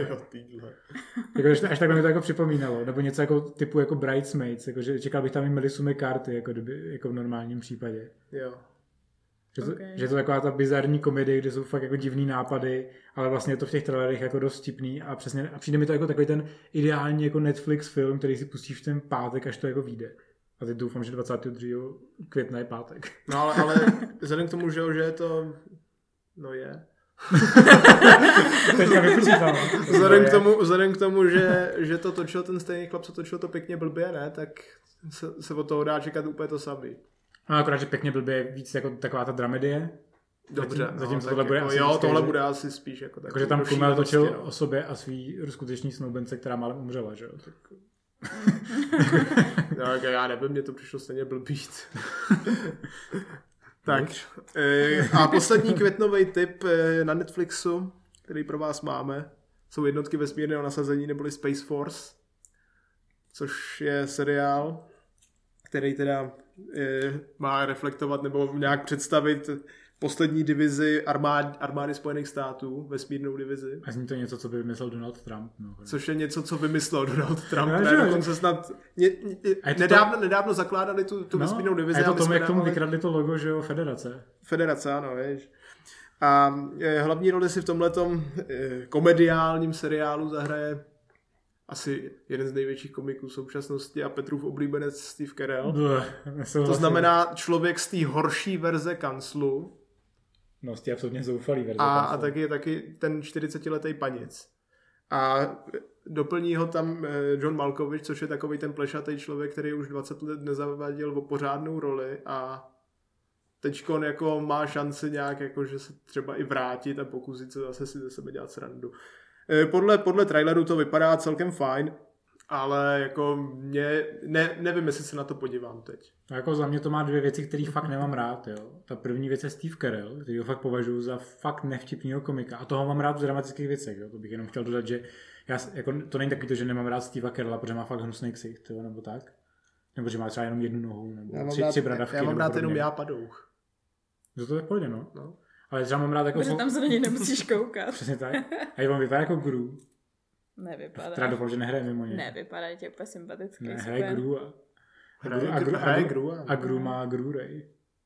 Až tak mi to jako připomínalo. Nebo něco jako typu jako Bridesmaids. Jako, že čekal bych tam i Melissu McCarthy jako v normálním případě. Jo. Že je to taková ta bizarní komedie, kde jsou fakt jako divný nápady, ale vlastně je to v těch trailerech jako dost vtipný a přijde mi to jako takový ten ideální jako Netflix film, který si pustíš v ten pátek, až to jako vyjde. A teď doufám, že 22. května je pátek. No ale vzhledem k tomu, že je to... No je. Teďka vypočítám. Vzhledem k tomu, že to točil ten stejný chlap, co točil to pěkně blbě, ne? Tak se od toho dá čekat úplně to samý. No akorát, že pěkně blbě je víc jako taková ta dramedie. Dobře. Zatím tohle bude jako, asi tohle bude asi spíš jako takový. Jakože tam Kumail točil o sobě a svý skutečný snoubence, která málem umřela, že jo? Tak... Tak já nevím, mě to přišlo stejně blbít. Tak. A poslední květnový tip na Netflixu, který pro vás máme, jsou jednotky vesmírného nasazení neboli Space Force, což je seriál, který teda má reflektovat nebo nějak představit poslední divizi armády Spojených států, vesmírnou divizi. A zní to něco, co by vymyslel Donald Trump. No. Což je něco, co vymyslel Donald Trump. Dokonce snad nedávno zakládali tu vesmírnou divizi. A je to tomu, jak tomu vykradli to logo, že jo, Federace. Federace, ano, víš. A hlavní roli si v tomhletom komediálním seriálu zahraje asi jeden z největších komiků současnosti a Petrův oblíbenec Steve Carell. To znamená člověk z té horší verze kanclu. No, z té absolutně zoufalý verze a taky ten 40letý panic. A doplní ho tam John Malkovich, což je takový ten plešatý člověk, který už 20 let nezavadil o pořádnou roli a teďkon jako má šanci nějak jako, že se třeba i vrátit a pokusit se zase si ze sebe dělat srandu. Podle traileru to vypadá celkem fajn, ale jako nevím, jestli se na to podívám teď. No jako za mě to má dvě věci, které fakt nemám rád. Jo. Ta první věc je Steve Carell, který ho fakt považuji za fakt nevtipného komika. A toho mám rád v dramatických věcech. Jo. To bych jenom chtěl dodat, že já, jako, to není takový to, že nemám rád Steva Carella, protože má fakt hnusný ksicht, nebo tak. Nebo že má třeba jenom jednu nohu, nebo tři bradavky. Já mám rád jenom já padouch. To je v pohodě, no. Ale třeba mám rád jako... Protože tam se na něj nemusíš koukat. Přesně tak. A on vypadá jako Gru. Nevypadá. Teda doufám, že nehraje mimo ně. Nevypadá tě úplně sympatický. Ne, hraje Gru a Gru má Gru Ray.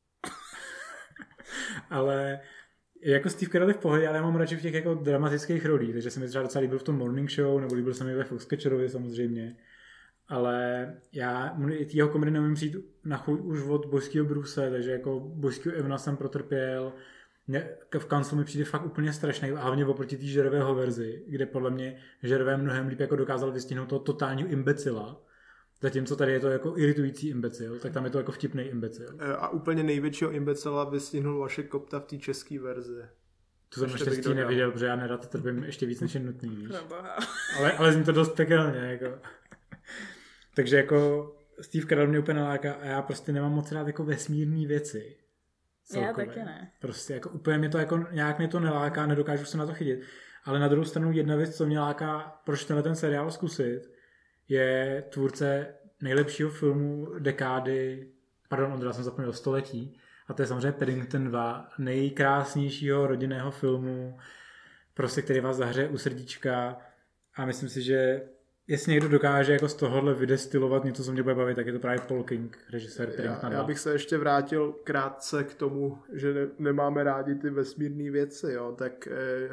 Ale jako Steve Carell je v pohodě, ale já mám radši v těch jako dramatických rolích, takže se mi třeba docela líbil v tom Morning Show, nebo líbil se mi ve Foxcatcherovi samozřejmě. Ale já jeho komedy neumím přijít na chuť už od Božského Bruce, takže jako Božského Evna jsem protrpěl. V kanclu mi přijde fakt úplně strašný, hlavně oproti té žervého verzi, kde podle mě žervé mnohem líp jako dokázal vystihnout toho totálního imbecila. Zatímco tady je to jako iritující imbecil, tak tam je to jako vtipný imbecil. A úplně největšího imbecila vystihnul Vašek Kopta v té české verzi. To jsem naštěstí neviděl, protože já nerad trpím ještě víc, než je nutný, víš. Proboha. Ale zní to dost pekelně, jako. Takže jako Steve Carell mě úplně naláká a já prostě nemám moc rád jako vesmírný věci. Celkově. Já taky ne. Prostě jako úplně mě to jako nějak mě to neláká, nedokážu se na to chytit. Ale na druhou stranu jedna věc, co mě láká, proč ten seriál zkusit, je tvůrce nejlepšího filmu dekády, Ondra, jsem zapomněl, století. A to je samozřejmě Paddington 2, nejkrásnějšího rodinného filmu, prostě který vás zahřeje u srdíčka. A myslím si, že jestli někdo dokáže jako z tohohle vydestilovat něco, co mě bude bavit, tak je to právě Paul King, režisér Paddingtona 2. Já bych se ještě vrátil krátce k tomu, že nemáme rádi ty vesmírné věci, jo, tak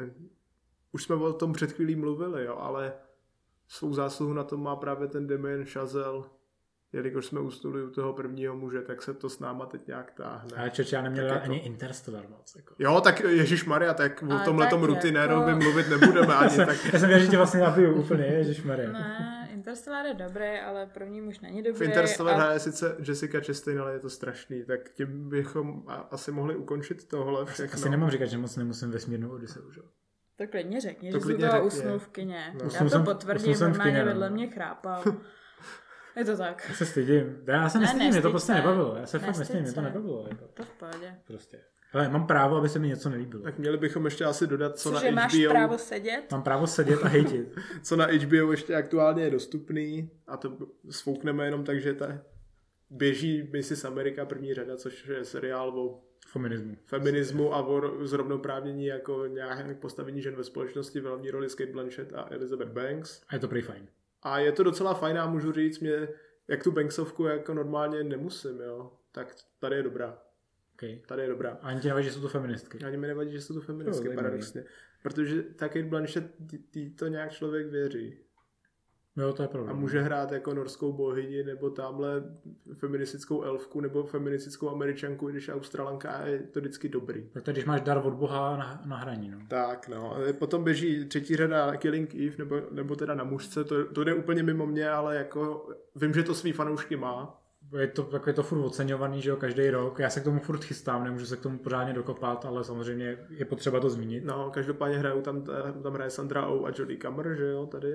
už jsme o tom před chvílí mluvili, jo, ale svou zásluhu na tom má právě ten Damien Chazelle, jelikož jsme u toho prvního muže, tak se to s náma teď nějak táhne. Ale já neměl ani Interstellar moc. Jako. Jo, tak ježišmarja, tak o tomhletom rutinérovi jako... mluvit nebudeme ani. Já jsem věděl, že tě vlastně nabiju úplně, ježišmarja. Ne, Interstellar je dobrý, ale první muž není dobrý. V Interstellar hraje sice Jessica Chastain, ale je to strašný, tak tím bychom asi mohli ukončit tohle všechno. Asi nemám říkat, že moc nemusím vesmírnou Odiseu, že? To klidně řekni, že jsi toho usnul v kině. No. Já to potvrdím, normálně vedle mě chrápal. Je to tak. Já se stydím. Já se nestydím, mě to prostě nebavilo. Já se fakt nestydím, mě to nebavilo. Jako. To v pohodě. Prostě. Ale mám právo, aby se mi něco nelíbilo. Tak měli bychom ještě asi dodat, co cože, na HBO... máš právo sedět? Mám právo sedět a hejtit. Co na HBO ještě aktuálně je dostupný a to svoukneme jenom tak, že běží Mrs. America první řada, což je seriál o feminismu a o zrovnoprávnění jako nějaké postavení žen ve společnosti, v hlavní roli Kate Blanchett a Elizabeth Banks. A je to prý fajn. A je to docela fajn a můžu říct, mě, jak tu Banksovku jako normálně nemusím, jo, tak tady je dobrá. Okay. Tady je dobrá. Ani ti nevadí, že jsou to feministky. Ani mi nevadí, že jsou to feministky, paradoxně. Protože ta Kate Blanchett, tý to nějak člověk věří. Jo, to je pravda. A může hrát jako norskou bohyni, nebo tamhle feministickou elfku, nebo feministickou Američanku, když Australanka je to vždycky dobrý. Tak když máš dar od Boha na hraní, no. Tak, no. Potom běží třetí řada Killing Eve, nebo teda Na mužce, to jde úplně mimo mě, ale jako vím, že to svý fanoušky má. Je to furt oceňovaný, že jo, každý rok. Já se k tomu furt chystám, nemůžu se k tomu pořádně dokopat, ale samozřejmě je potřeba to zmínit. No, každopádně hrajou tam hraje Sandra Oh a Jodie Comer, že jo, tady.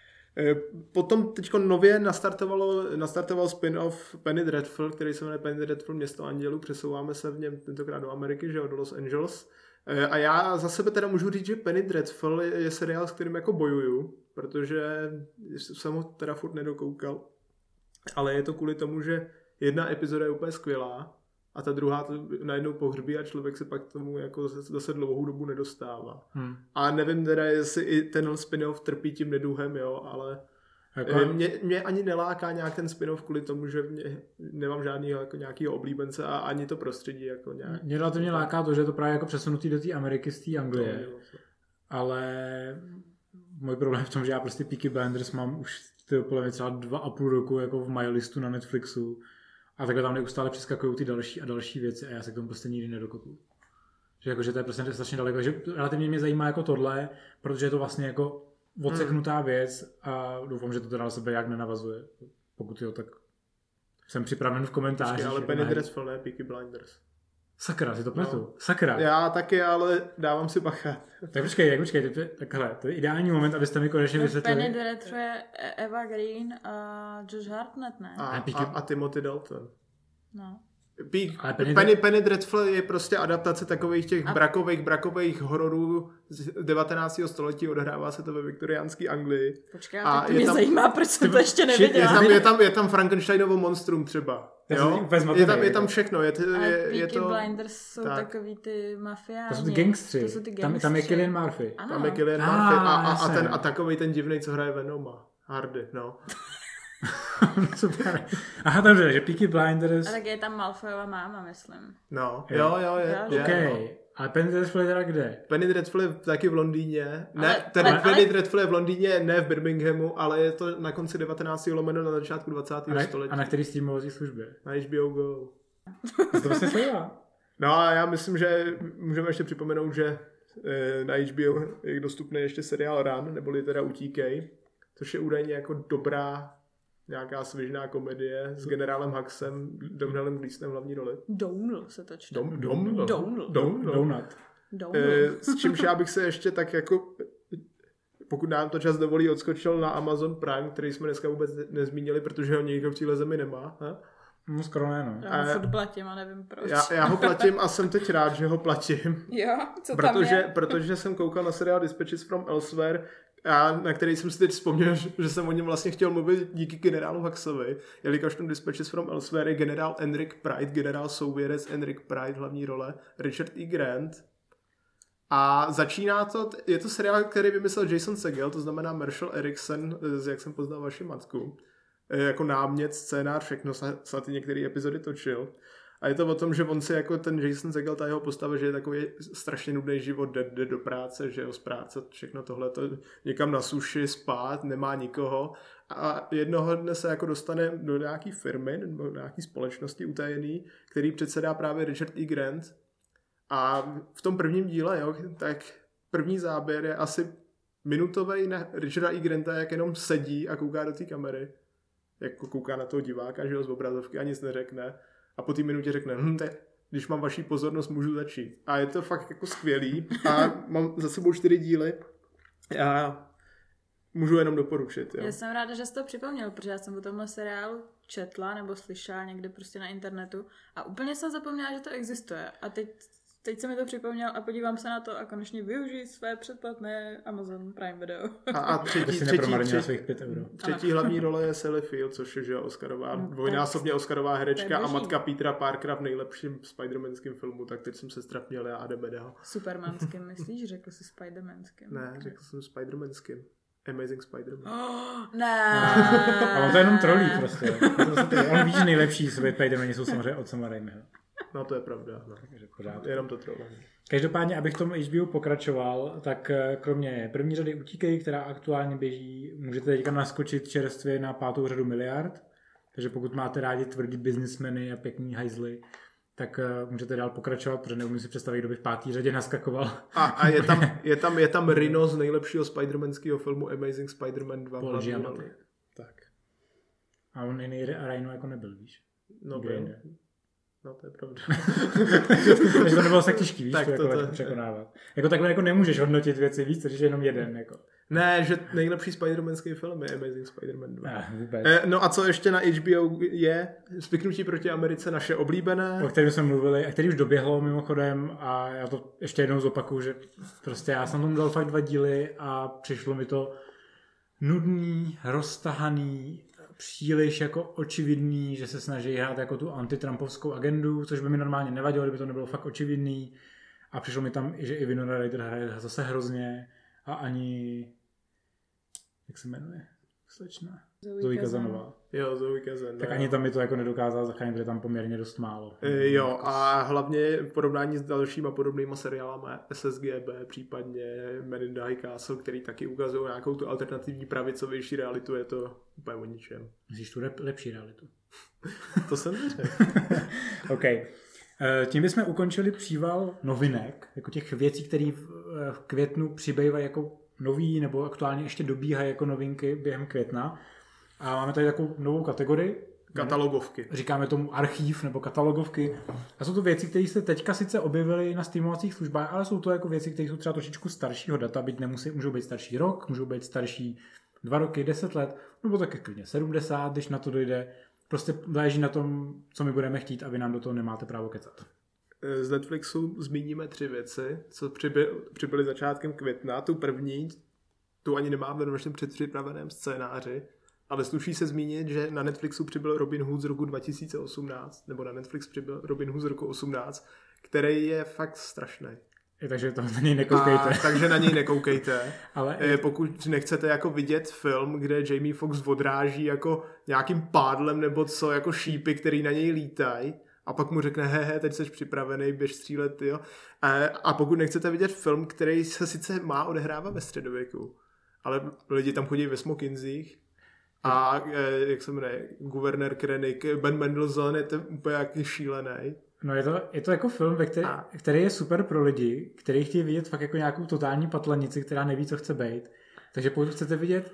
Potom teďko nově nastartoval spin-off Penny Dreadful, který se jmenuje Penny Dreadful Město andělů. Přesouváme se v něm tentokrát do Ameriky, že jo, do Los Angeles. A já za sebe teda můžu říct, že Penny Dreadful je seriál, s kterým jako bojuju, protože jsem ho teda furt nedokoukal. Ale je to kvůli tomu, že jedna epizoda je úplně skvělá a ta druhá to najednou pohřbí a člověk se pak tomu jako zase dlouhou dobu nedostává. A nevím teda, jestli i ten spin-off trpí tím neduhem, jo, ale Jako... Mě ani neláká nějak ten spin-off kvůli tomu, že nemám žádného jako nějakého oblíbence a ani to prostředí jako nějak. Mě relativně láká to, že je to právě jako přesunutý do té Ameriky z té Anglie. Ale můj problém je v tom, že já prostě Peaky Blinders mám už podle mě třeba 2,5 roku jako v my listu na Netflixu a takhle tam neustále přeskakují ty další a další věci a já se k tomu prostě nikdy nedokopu. Že, jako, že to je prostě strašně daleko, že relativně mě zajímá jako tohle, protože je to vlastně jako odseknutá věc a doufám, že to teda na sebe jak nenavazuje. Pokud jo, tak jsem připraven v komentářích. Ale Penny Dreadful, ne Peaky Blinders. Sakra, si to pletu. No. Sakra. Já taky, ale dávám si bacha. Tak počkej, takhle, to je ideální moment, abyste mi konečně vysvětlili. Penny Dreadful je Eva Green a Josh Hartnett, ne? A Timothy Dalton. No. Penny Dreadful je prostě adaptace takových těch brakových hororů z 19. století, odehrává se to ve viktoriánské Anglii. Počkej, a mě zajímá, proč jsem to ještě neviděla. Je tam Frankensteinovo monstrum třeba. Jo? Je tam všechno. Peaky Blinders jsou takový ty mafiáni. To jsou ty gangstři. Tam je Cillian Murphy. Ano. Tam je Cillian Murphy a takový ten divnej, co hraje Venoma. Hardy, no. Super. Aha, dobře, že Peaky Blinders... A tak je tam Malfoyova máma, myslím. No, jo, je. Okay. Ale Penny Dreadful je teda kde? Penny Dreadful je taky v Londýně. Penny Dreadful je v Londýně, ne v Birminghamu, ale je to na konci 19. lomeno na začátku 20. století. A na který streamovací službě? Na HBO Go. To vlastně sledová. No a já myslím, že můžeme ještě připomenout, že na HBO je dostupný ještě seriál Run, neboli teda Utíkej, což je údajně jako dobrá nějaká svižná komedie s generálem Huxem, Domhnallem Gleesonem hlavní roli. Downl se to čte. Donut. S čímž já bych se ještě tak jako, pokud nám to čas dovolí, odskočil na Amazon Prime, který jsme dneska vůbec nezmínili, protože ho nikdo v téhle zemi nemá. No skoro ne, no. Já ho furt platím a nevím proč. Já ho platím a jsem teď rád, že ho platím. Jo, co tam je? Protože jsem koukal na seriál Dispatches from Elsewhere, na který jsem si teď vzpomněl, že jsem o něm vlastně chtěl mluvit díky generálu Huxovi, jelikož ten Dispatches from Elsewhere je generál Enric Pride, generál souvěrec Enric Pride, hlavní role, Richard E. Grant. A začíná to, je to seriál, který vymyslel Jason Segel, to znamená Marshall Eriksen, jak jsem poznal vaši matku. Jako námět, scénář, všechno, snad i některé epizody točil. A je to o tom, že on si jako ten Jason Segel, ta jeho postava, že je takový strašně nudný život, jde do práce, že jo, z práce, všechno tohle, někam na suši, spát, nemá nikoho. A jednoho dne se jako dostane do nějaký firmy, nebo nějaký společnosti utajený, který předsedá právě Richard E. Grant. A v tom prvním díle, jo, tak první záběr je asi minutovej na Richarda E. Granta, jak jenom sedí a kouká do té kamery. Jako kouká na toho diváka, že jo, z obrazovky a nic neřekne. A po té minutě řekne, když mám vaši pozornost, můžu začít. A je to fakt jako skvělý. A mám za sebou 4 díly. A můžu jenom doporučit. Jo. Já jsem ráda, že jsi to připomněl, protože já jsem o tomhle seriálu četla nebo slyšela někde prostě na internetu a úplně jsem zapomněla, že to existuje. A teď se mi to připomněl a podívám se na to a konečně využiji své předplatné Amazon Prime Video. A třetí hlavní role je Sally Field, což je že Oscarová, dvojnásobně Oscarová herečka a matka Petera Parkera v nejlepším spidermanském filmu, tak teď jsem se strapněl a jdeme dál. Supermanským, myslíš? Řekl jsi spidermanským. Ne, řekl jsem spidermanským. Amazing Spider-Man. Ne. A on to jenom trolí prostě. On ví, že nejlepší Spider-Mani jsou samozřejmě od Sama Raimiho. No to je pravda. No. Jenom to trolení. Každopádně, abych tomu HBO pokračoval, tak kromě první řady Utíkej, která aktuálně běží, můžete teďka naskočit čerstvě na 5. řadu Miliard. Takže pokud máte rádi tvrdý businessmeny a pěkný hajzly, tak můžete dál pokračovat, protože neumím si představit, kdo by v 5. řadě naskakoval. A je tam Rhino z nejlepšího spidermanského filmu Amazing Spider-Man 2. Paul Giamatti. Tak. A on Rhino jako nebyl, víš? No byl. No to je pravda. Takže to nebylo tak těžký, víš, tak to překonávat. Jako takhle jako nemůžeš hodnotit věci víc, když je jenom jeden. Jako. Ne, že nejlepší spidermanský film je Amazing Spider-Man 2. Vůbec. No a co ještě na HBO je? Spiknutí proti Americe, naše oblíbené. O kterém jsme mluvili a který už doběhlo mimochodem a já to ještě jednou zopakuju, že prostě já jsem tomu dal fakt 2 díly a přišlo mi to nudný, roztahaný, příliš jako očividný, že se snaží hrát jako tu antitrampovskou agendu, což by mi normálně nevadilo, kdyby to nebylo fakt očividný. A přišlo mi tam, že i Winona Ryder hraje zase hrozně a ani, jak se jmenuje, slečna. Zoe Kazanová. Jo, Zoe Kazan. Tak ani tam mi to jako nedokázal zachránit, protože tam poměrně dost málo. Jo, a hlavně v porovnání s dalšíma podobnými seriálama SSGB, případně Men in the High Castle, který taky ukazují nějakou tu alternativní pravicovější realitu, je to úplně o ničem. Myslíš tu lepší realitu? To jsem neřekl. OK. Tím bychom ukončili příval novinek, jako těch věcí, které v květnu přibývají jako nový, nebo aktuálně ještě dobíhají jako novinky během května. A máme tady takovou novou kategorii. Katalogovky. Říkáme tomu archív nebo katalogovky. A jsou to věci, které se teďka sice objevily na streamovacích službách, ale jsou to jako věci, které jsou třeba trošičku staršího data, byť můžou být starší rok, můžou být starší 2 roky, 10 let, nebo taky klidně 70, když na to dojde. Prostě záleží na tom, co my budeme chtít a vy nám do toho nemáte právo kecat. Z Netflixu zmíníme 3 věci, co přibyly začátkem května. Tu první, tu ani nemáme v našem předpřipraveném scénáři, ale sluší se zmínit, že na Netflixu přibyl Robin Hood z roku 2018, nebo na Netflix přibyl Robin Hood z roku 18, který je fakt strašný. Takže to na něj nekoukejte. Takže na něj nekoukejte. Ale pokud nechcete jako vidět film, kde Jamie Foxx odráží jako nějakým pádlem nebo co, jako šípy, který na něj lítají, a pak mu řekne, hehe, teď jsi připravený, běž střílet, jo. A pokud nechcete vidět film, který se sice má odehrávat ve středověku, ale lidi tam chodí ve smokinzích, a jak se jmenuje, guvernér Krennic, Ben Mendelsohn je to úplně jaký šílený. No je to jako film, který je super pro lidi, kteří chtějí vidět fakt jako nějakou totální patlanici, která neví, co chce být. Takže pokud chcete vidět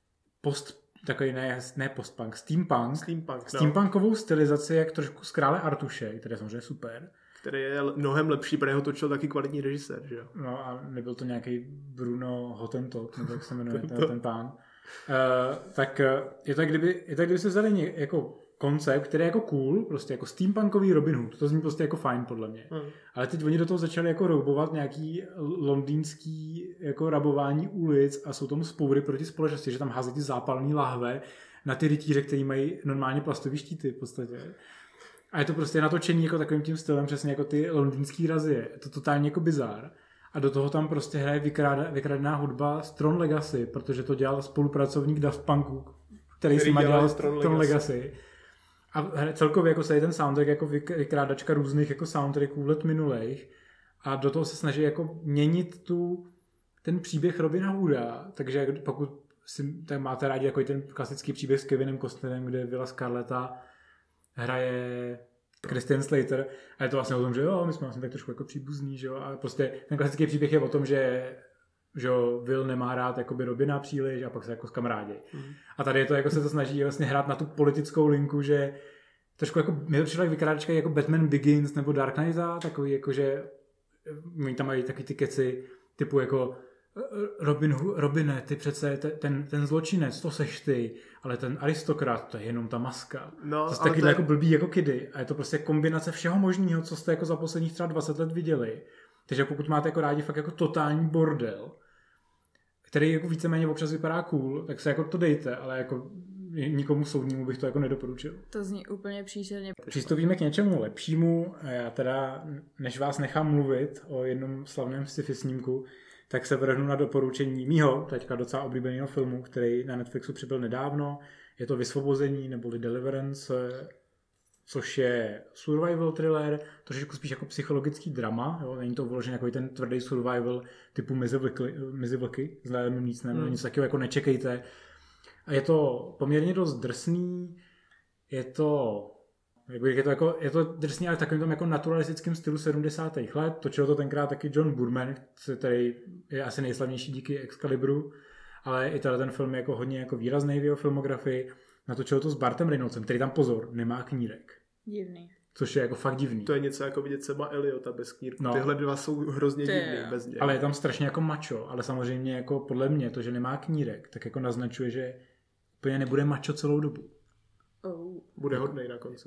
takový ne postpunk, steampunkovou stylizaci, jak trošku z Krále Artuše, který je samozřejmě super. Který je mnohem lepší, protože ho točil taky kvalitní režisér, že jo? No a nebyl to nějaký Bruno Hottentot, nebo jak se jmenuje ten pán. Tak je to, kdyby se vzali jako koncept, který je jako cool, prostě jako steampunkový Robin Hood, to zní prostě jako fajn podle mě. Ale teď oni do toho začali jako roubovat nějaký londýnský jako rabování ulic a jsou tomu vzpoury proti společnosti, že tam hází ty zápalné lahve na ty rytíře, který mají normálně plastový štíty v podstatě. A je to prostě natočený jako takovým tím stylem, přesně jako ty londýnský razie. Je to totálně jako bizár. A do toho tam prostě hraje vykradená hudba z Tron Legacy, protože to dělal spolupracovník Daft Punku, který si má dělal Tron Legacy. A celkově jako se ten soundtrack jako vykrádačka různých jako soundtracků let minulých a do toho se snaží jako měnit ten příběh Robina Hooda, takže pokud tak máte rádi jako ten klasický příběh s Kevinem Costnerem, kde Villa Scarletta hraje Christian Slater a je to vlastně o tom, že jo, my jsme vlastně tak trošku jako příbuzní, že jo, a prostě ten klasický příběh je o tom, že Will nemá rád jakoby Robina příliš a pak se jako skamarádí. A tady je to jako se to snaží vlastně hrát na tu politickou linku, že trošku jako mě to přišlo jak vykrádačka jako Batman Begins nebo Dark Knighta, takový jako, že oni tam mají taky ty keci typu jako Robine, ty přece ten zločinec, to seš ty, ale ten aristokrat, to je jenom ta maska. No, to jste taky jako blbý jako kidy a je to prostě kombinace všeho možného, co jste jako za posledních třeba 20 let viděli. Takže pokud máte jako rádi fakt jako totální bordel, který jako víceméně občas vypadá cool, tak se jako to dejte, ale jako nikomu soudnímu bych to jako nedoporučil. To zní úplně příšerně. Přistupíme k něčemu lepšímu. Já teda, než vás nechám mluvit o jednom slavném sci-fi snímku, tak se vrhnu na doporučení mýho, teďka docela oblíbeného filmu, který na Netflixu přibyl nedávno. Je to Vysvobození neboli Deliverance, což je survival thriller, trošičku spíš jako psychologický drama, jo? Není to uložený jako ten tvrdý survival typu Mezi vlky, s Liamem Neesonem, nic takového jako nečekejte. A je to poměrně dost drsný, je to drsný, ale v takovým tom jako naturalistickém stylu 70. let. Točil to tenkrát taky John Boorman, který je asi nejslavnější díky Excalibru, ale i ten film je jako hodně jako výrazný v jeho filmografii. Natočil to s Bartem Reynoldsem, který tam pozor, nemá knírek. Divný. Což je jako fakt divný. To je něco jako vidět třeba Eliota bez knírku. No. Tyhle dva jsou hrozně divný bez něj. Ale je tam strašně jako macho, ale samozřejmě jako podle mě to, že nemá knírek, tak jako naznačuje, že úplně nebude macho celou dobu. Bude hodnej na konci.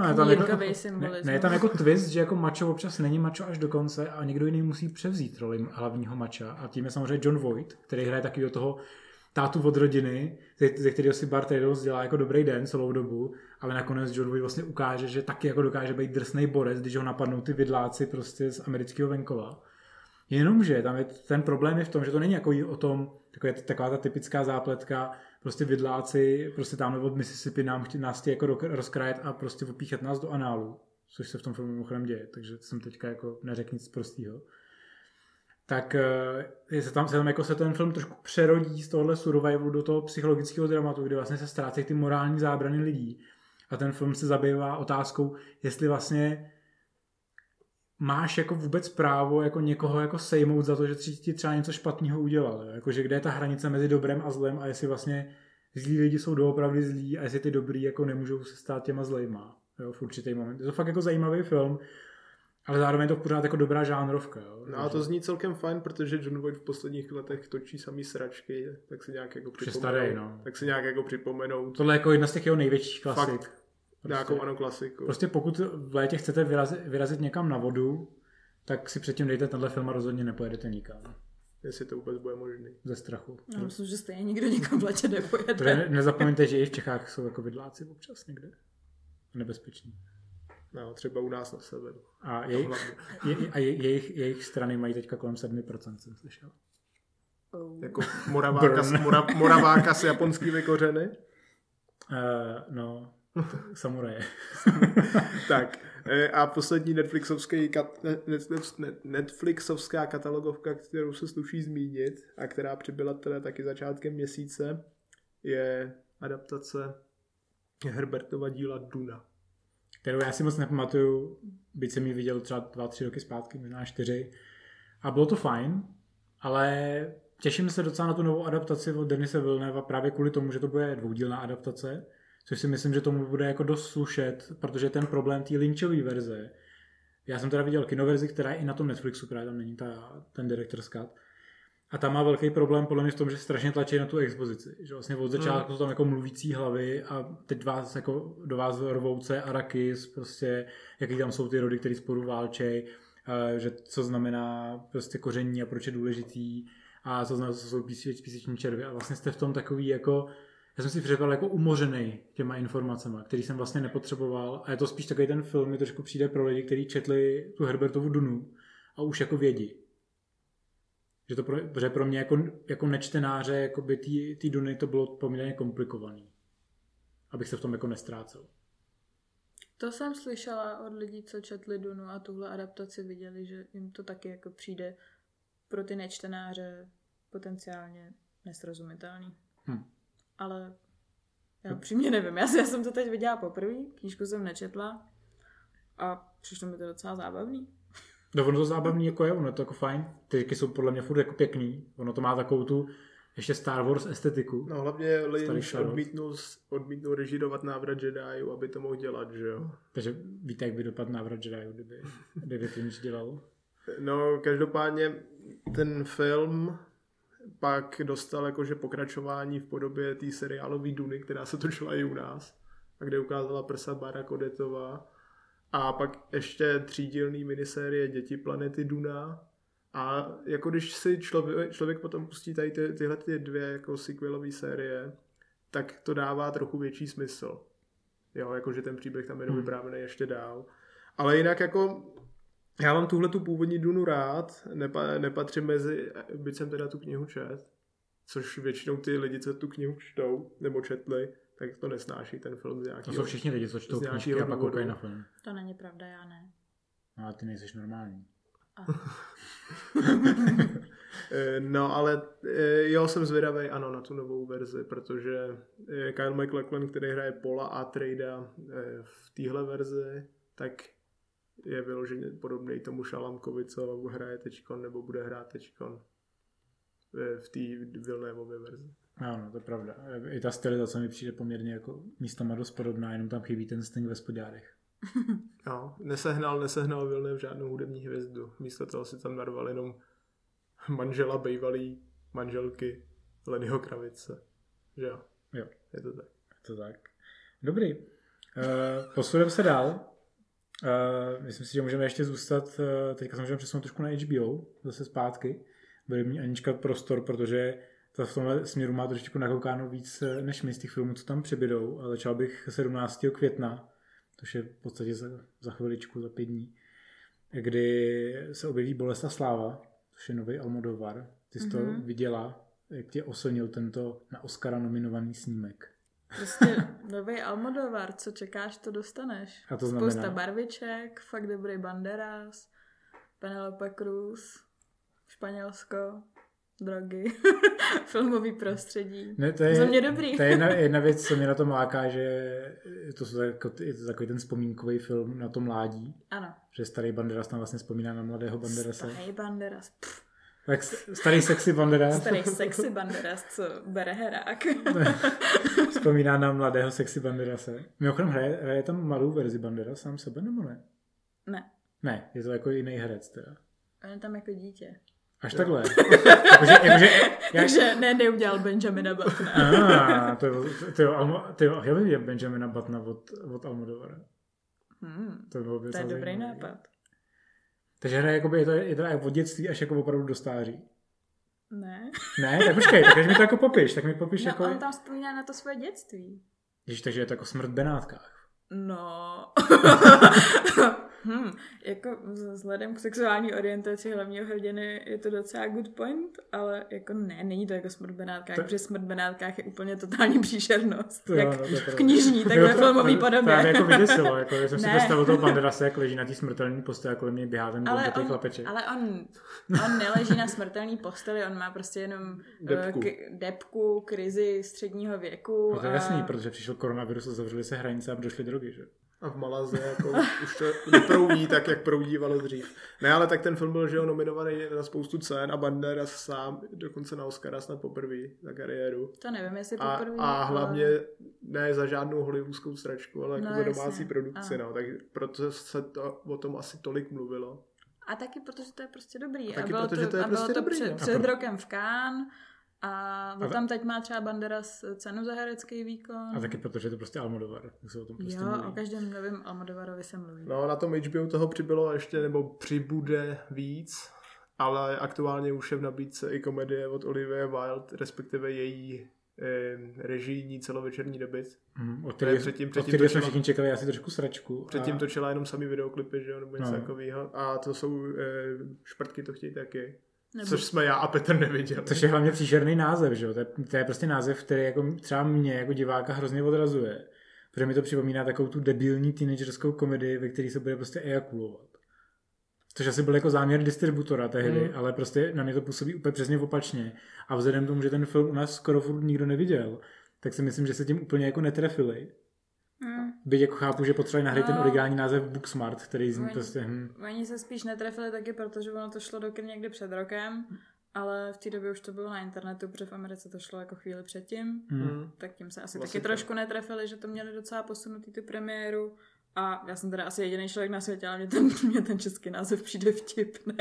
Je tam jako twist, že jako macho občas není macho až do konce a někdo jiný musí převzít roli hlavního mača. A tím je samozřejmě John Voight, který hraje taky do toho tátu od rodiny, ze kterého si Bart Reynolds dělá jako dobrý den celou dobu, ale nakonec John Voight vlastně ukáže, že taky jako dokáže být drsnej borec, když ho napadnou ty vidláci prostě z amerického venkova. Jenomže tam ten problém je v tom, že to není jako o tom, taková ta typická zápletka, prostě vidláci, prostě tamhle od Mississippi nás chtějí jako rozkrájet a prostě opíchat nás do análu, což se v tom filmu mimochodem děje, takže jsem teďka jako neřekl nic prostýho. Tak se ten film trošku přerodí z tohohle survivalu do toho psychologického dramatu, kde vlastně se ztrácejí ty morální zábrany lidí. A ten film se zabývá otázkou, jestli vlastně máš jako vůbec právo jako někoho jako sejmout za to, že ti třeba něco špatného udělal. Jakože kde je ta hranice mezi dobrem a zlem a jestli vlastně zlí lidi jsou doopravdy zlí a jestli ty dobrý jako nemůžou se stát těma zlejma. Jo, v určitý moment. Je to fakt jako zajímavý film, ale zároveň je to pořád jako dobrá žánrovka. Jo. No a to zní celkem fajn, protože Jon Voight v posledních letech točí samý sračky, tak si nějak jako připomenou. Tak si nějak jako připomenou. Tohle je jako jedna z těch jeho největších klasik. Fakt, nějakou ano klasiku. Prostě pokud v létě chcete vyrazit někam na vodu, tak si předtím dejte tenhle film a rozhodně nepojedete nikam. Jestli to vůbec bude možný. Ze strachu. Já myslím, že stejně nikdo nikam v létě nepojede. Nezapomeňte, že i v Čechách jsou jako vidláci občas někde. Nebezpeční. No, třeba u nás na severu. A jejich strany mají teďka kolem 7%, jsem slyšel. Jako Moraváka s japonskými kořeny? No, samuraje. Tak, a poslední Netflixovská katalogovka, kterou se sluší zmínit a která přibyla teda taky začátkem měsíce, je adaptace Herbertova díla Duna. Kterou já si moc nepamatuju, byť jsem ji viděl třeba 2-3 roky zpátky, možná 4. A bylo to fajn, ale těším se docela na tu novou adaptaci od Denise Villeneuva právě kvůli tomu, že to bude dvoudílná adaptace, což si myslím, že tomu bude jako dost slušet, protože ten problém té Lynchové verze, já jsem teda viděl kinoverzi, která je i na tom Netflixu, právě tam není ten director's cut, a tam má velký problém podle mě v tom, že strašně tlačí na tu expozici. Že vlastně od začátku jsou tam jako mluvící hlavy a teď do vás rvouce Arrakis, prostě jaký tam jsou ty rody, které spolu válčej, že co znamená prostě koření a proč je důležitý a co znamená, co jsou píseční červy. A vlastně jste v tom takový jako, já jsem si připadal jako umořenej těma informacemi, který jsem vlastně nepotřeboval a je to spíš takový ten film, mi trošku přijde pro lidi, kteří četli tu Herbertovu Dunu a už jako vědí. Že pro mě jako nečtenáře ty Duny to bylo poměrně komplikovaný. Abych se v tom jako nestrácel. To jsem slyšela od lidí, co četli Dunu a tuhle adaptaci viděli, že jim to taky jako přijde pro ty nečtenáře potenciálně nesrozumitelný. Ale já upřímně nevím. Já jsem to teď viděla poprvé, knížku jsem nečetla a přišlo mi to docela zábavný. No ono to zábavný jako je, ono je to jako fajn. Ty říky jsou podle mě furt jako pěkný. Ono to má takovou tu ještě Star Wars estetiku. No hlavně Lynch odmítnul režírovat Návrat Jediů, aby to mohl dělat, že jo? Takže víte, jak by dopadl Návrat Jediů, kdyby Lynch dělal? No, každopádně ten film pak dostal jakože pokračování v podobě té seriálové Duny, která se točila i u nás a kde ukázala prsa Barra Kodetova. A pak ještě 3dílný minisérie Děti planety Duna. A jako když si člověk potom pustí tady tyhle dvě jako sequelové série, tak to dává trochu větší smysl. Jo, jakože ten příběh tam je vyprávěný ještě dál. Ale jinak jako já mám tuhletu původní Dunu rád, nepatřím mezi, byť jsem teda tu knihu čet, což většinou ty lidi, co tu knihu čtou, nebo četli, tak to nesnáší ten film z nějakého. To jsou všichni lidi, co čtou knížky a pak koukají na film. To není pravda, já ne. No ale ty nejseš normální. No ale jo, jsem zvědavý ano na tu novou verzi, protože Kyle MacLachlan, který hraje Paula Atreida v téhle verzi, tak je vyloženě podobný tomu Šalamkovi, co hraje teďkon nebo bude hrát teďkon v té Villeneuově verzi. Ano, to je pravda. I ta stylizace mi přijde poměrně jako místama dost podobná, jenom tam chybí ten Sting ve spodňárech. No, nesehnal Villeneuve žádnou hudební hvězdu. Místo toho si tam narval jenom manžela bývalý manželky Lennyho Kravice. Že jo? Jo. Je to tak. Je to tak. Dobrý. Posuneme se dál. Myslím si, že můžeme ještě zůstat, teďka se můžeme přesunout trošku na HBO, zase zpátky. Bude mít Anička prostor, protože to v tomhle směru má trošičku nakoukáno víc než my z těch filmů, co tam přibydou. A začal bych 17. května, což je v podstatě za chviličku, za 5 dní, kdy se objeví Bolest a sláva, což je nový Almodovar. Ty jsi to viděla. jak tě oslnil tento na Oscara nominovaný snímek? Prostě nový Almodovar, co čekáš, to dostaneš. A to znamená? Spousta barviček, fakt dobrý Banderas, Penelope Cruz, Španělsko, drogy, filmový prostředí. Ne, to je, za mě dobrý. To je jedna věc, co mě na tom láká, že je to takový ten vzpomínkový film na to mládí. Ano. Že starý Banderas tam vlastně vzpomíná na mladého Banderase. Starý Banderas. Tak starý sexy Banderas. Starý sexy Banderas, co bere herák. Vzpomíná na mladého sexy Banderase. Mimochodem, hraje tam mladou verzi Banderas sám sebe, nebo ne? Ne. Ne, je to jako jiný herec teda. On je tam jako dítě. Až takhle. Takže neudělal Benjamina Buttona. To já bych Benjamina Buttona od Almodovara. To je dobrý nápad. Takže hraje, jakoby, je to od dětství až jako opravdu do stáří. Ne. Ne, tak počkej, tak mi to jako popiš. Tak mi popiš no, jako... on tam vzpomíná na to svoje dětství. Ježiš, takže je to jako Smrt v Benátkách. No... jako vzhledem k sexuální orientaci hlavního hrdiny je to docela good point, ale jako ne, není to jako Smrt v Benátkách, protože Smrt v Benátkách je úplně totální příšernost. To jak no, v knižní, tak ve filmový podobě. To jako vyděsilo, jako jsem si představil toho Banderase, jak leží na té smrtelné posteli a kolem něj běhá ten blondětý chlapeček. Ale on neleží na smrtelné posteli, on má prostě jenom depku, krizi středního věku. No to je jasný, protože přišel koronavirus a zavřely se hranice a došly drogy, že? A v Malaze jako už to neproudí tak, jak proudívalo dřív. Ne, ale tak ten film byl, že jo, nominovaný na spoustu cen a Banderas sám dokonce na Oscara snad poprvé za kariéru. To nevím, jestli poprvé. A hlavně ne za žádnou hollywoodskou sračku, ale jako za domácí produkci, no. Tak proto se to o tom asi tolik mluvilo. A taky protože to je prostě dobrý. A bylo to před rokem v Cannes. A tam teď má třeba Banderas cenu za herecký výkon. A taky protože je to prostě Almodovar. Se o tom prostě jo, o každém novém Almodovarovi se mluví. No, na tom HBO toho přibylo ještě, nebo přibude víc, ale aktuálně už je v nabídce i komedie od Olivia Wilde, respektive její režijní celovečerní debut. Od kterého jsme všichni čekali asi trošku sračku. Předtím točila jenom samý videoklipy, že jo, nebo něco takového. A to jsou Šprtky to chtějí taky. Což jsme já a Petr neviděli. Což je hlavně příšerný název, že jo? To je prostě název, který jako třeba mě jako diváka hrozně odrazuje. Protože mi to připomíná takovou tu debilní teenagerskou komedii, ve které se bude prostě ejakulovat. Což asi byl jako záměr distributora tehdy, ale prostě na mě to působí úplně přesně opačně. A vzhledem k tomu, že ten film u nás skoro furt nikdo neviděl, tak si myslím, že se tím úplně jako netrefili. Byť jako chápu, že potřebovali nahrát ten originální název Booksmart, který zní prostě... Oni se spíš netrefili taky, protože ono to šlo do kin někdy před rokem, ale v té době už to bylo na internetu, protože v Americe to šlo jako chvíli předtím, tak tím se asi vlastně taky trošku netrefili, že to měli docela posunutý tu premiéru. A já jsem teda asi jediný člověk na světě, ale mě ten český název přijde vtipný.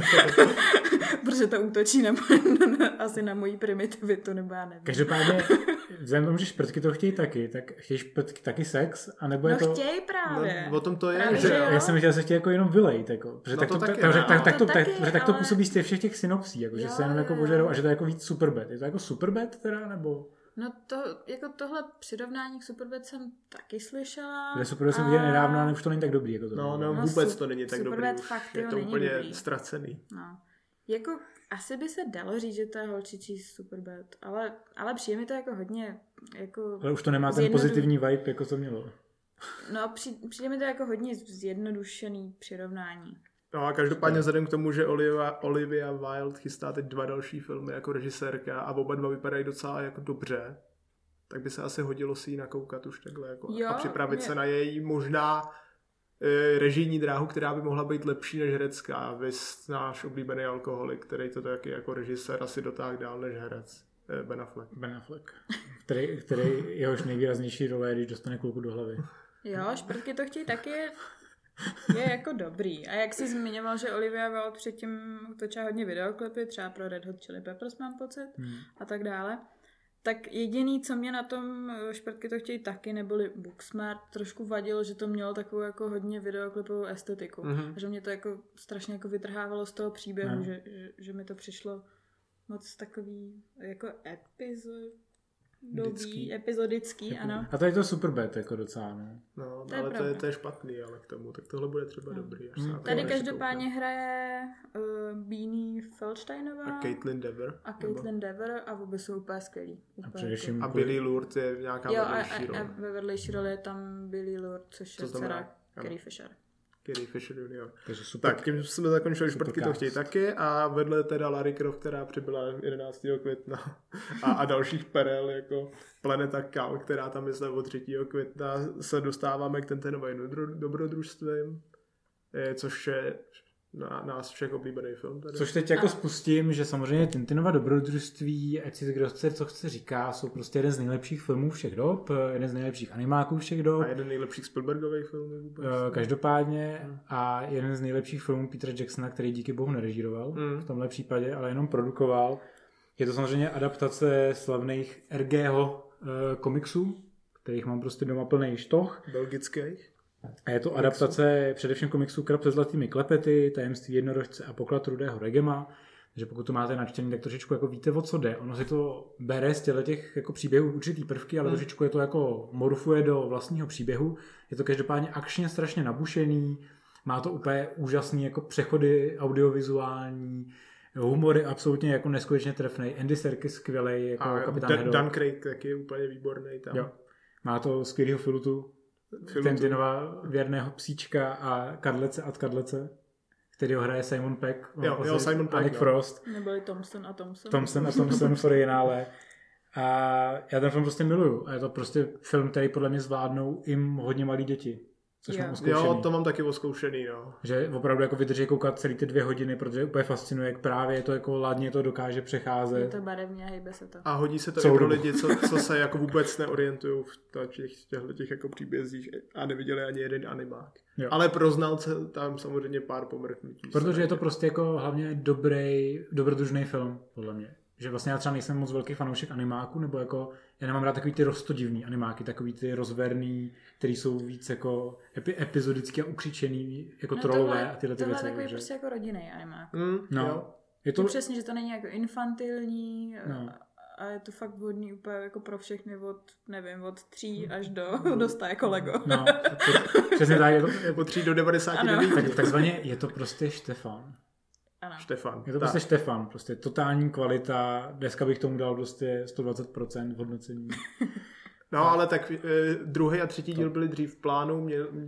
Protože to útočí asi na moji primitivitu, nebo já nevím. Každopádně, vzhledem tomu, že Šprtky to chtějí taky, tak chtějí Šprtky taky sex, anebo je to... No chtějí právě. No, o tom to je. Právě, že já jsem chtěl, že se chtějí jako jenom vylejt, jako. Protože tak to působí z všech těch synopsí, jako, že se jenom jako požerou a že to je jako víc Superbad. Je to jako Superbad teda, nebo... No to, jako tohle přirovnání k Superbad jsem taky slyšela. Kde Superbad jsem viděl nedávno, ale už to není tak dobrý. Jako to no vůbec to není tak dobrý. Fakt, je to úplně ztracený. No. Jako asi by se dalo říct, že to je holčičí Superbad, ale přijde mi to jako hodně jako... Ale už to nemá ten pozitivní vibe, jako to mělo. No přijde mi to jako hodně zjednodušený přirovnání. No a každopádně vzhledem k tomu, že Olivia Wilde chystá teď 2 další filmy jako režisérka a oba 2 vypadají docela jako dobře, tak by se asi hodilo si ji nakoukat už takhle jako a připravit se na její možná režijní dráhu, která by mohla být lepší než herecká. Vys náš oblíbený alkoholik, který to taky jako režisér asi dotáhl dál než herec. Ben Affleck. Který jehož nejvýraznější role je, když dostane kulku do hlavy. Jo, Šprtky to chtějí taky je jako dobrý. A jak jsi zmiňoval, že Olivia Wilde předtím točila hodně videoklipy, třeba pro Red Hot Chili Peppers mám pocit a tak dále, tak jediný, co mě na tom Šprtky to chtějí taky, neboli Booksmart, trošku vadilo, že to mělo takovou jako hodně videoklipovou estetiku. A že mě to jako strašně jako vytrhávalo z toho příběhu, že mi to přišlo moc takový jako epizodický, ano. A to je to Superbad jako docela, no. no, To je ale pravda. to je špatný, ale k tomu, tak tohle bude třeba dobrý. Až se na to Tady ještě každopádně hraje Beanie Feldsteinová koukám. A Caitlin Dever. a Caitlin Dever a vůbec jsou úplně skvělí. A Úplně především A Billy Lourdes je nějaká jo, vedlejší role. a ve vedlejší roli je tam Billy Lourdes, což Co je znamená? dcera Carrie Fisher. Carrie Fisher junior. takže super. Tak, tím jsme zakončili, super šprtky to cast. chtějí taky a vedle teda Lara Croft, která přibyla 11. května a dalších perel jako Planeta Cal, která tam je od 3. května, se dostáváme k Tintinovým dobrodružstvím, což je nás všech oblíbený film. Tady. Což teď jako spustím, že samozřejmě Tintinova dobrodružství, ať si kdo chce, co chce říká, jsou prostě jeden z nejlepších filmů všech dob, jeden z nejlepších animáků všech dob. A jeden z nejlepších Spielbergových filmů vůbec. Každopádně a jeden z nejlepších filmů Petera Jacksona, který díky bohu nerežíroval v tomhle případě, ale jenom produkoval. Je to samozřejmě adaptace slavných RGho komiksů, kterých mám prostě doma plný štoch. Belgických. A je to adaptace především komiksů Krab se zlatými klepety, Tajemství jednorožce a Poklad rudého regema. Takže pokud to máte načtený, tak trošičku jako víte, o co jde. Ono si to bere z těch jako příběhů určitý prvky, ale trošičku je to jako morfuje do vlastního příběhu. Je to každopádně akčně strašně nabušený, má to úplně úžasný jako přechody audiovizuální, humor je absolutně jako neskutečně trefný. Andy Serkis skvělej jako kapitán Haddock. Dan Craig taky je úplně výborný tam. Jo. Má to skvělýho Filutu. Tintinova věrného psíčka a Kadlece ad Kadlece, který ho hraje Simon Pegg. Jo, Simon Pegg. Nick Frost. Neboli Thompson a Thompson. Thompson a Thompson v originále. A já ten film prostě miluju. A je to prostě film, který podle mě zvládnou i hodně malí děti. Což mám oskoušený. Jo, to mám taky oskoušený, no. Že opravdu jako vydrží koukat celý ty 2 hodiny, protože úplně fascinuje, jak právě to jako ladně to dokáže přecházet. Je to barevně a hejbe se to. A hodí se to i pro lidi, co se jako vůbec neorientují v těch jako příbězích a neviděli ani jeden animák. Jo. Ale pro znalce tam samozřejmě pár pomrknutí. Protože je to prostě jako hlavně dobrodružný film, podle mě. Že vlastně já třeba nejsem moc velký fanoušek animáku, nebo jako já nemám rád takový ty roztodivný animáky, takový ty rozverný, který jsou víc jako epizodicky a ukřičený, jako trolové a tyhle ty věci. Tohle je takový že... prostě jako rodinný animák. No. Je to přesně, že to není jako infantilní a je to fakt vhodný úplně jako pro všechny od 3 až do 100 jako Lego. No, přesně tak. Od 3 do 99. Takzvaně je to prostě Štefan. Ano. Štefan. Je to prostě Štefan, prostě totální kvalita, dneska bych tomu dal prostě 120% v hodnocení. No, ale tak druhý a třetí díl byly dřív v plánu,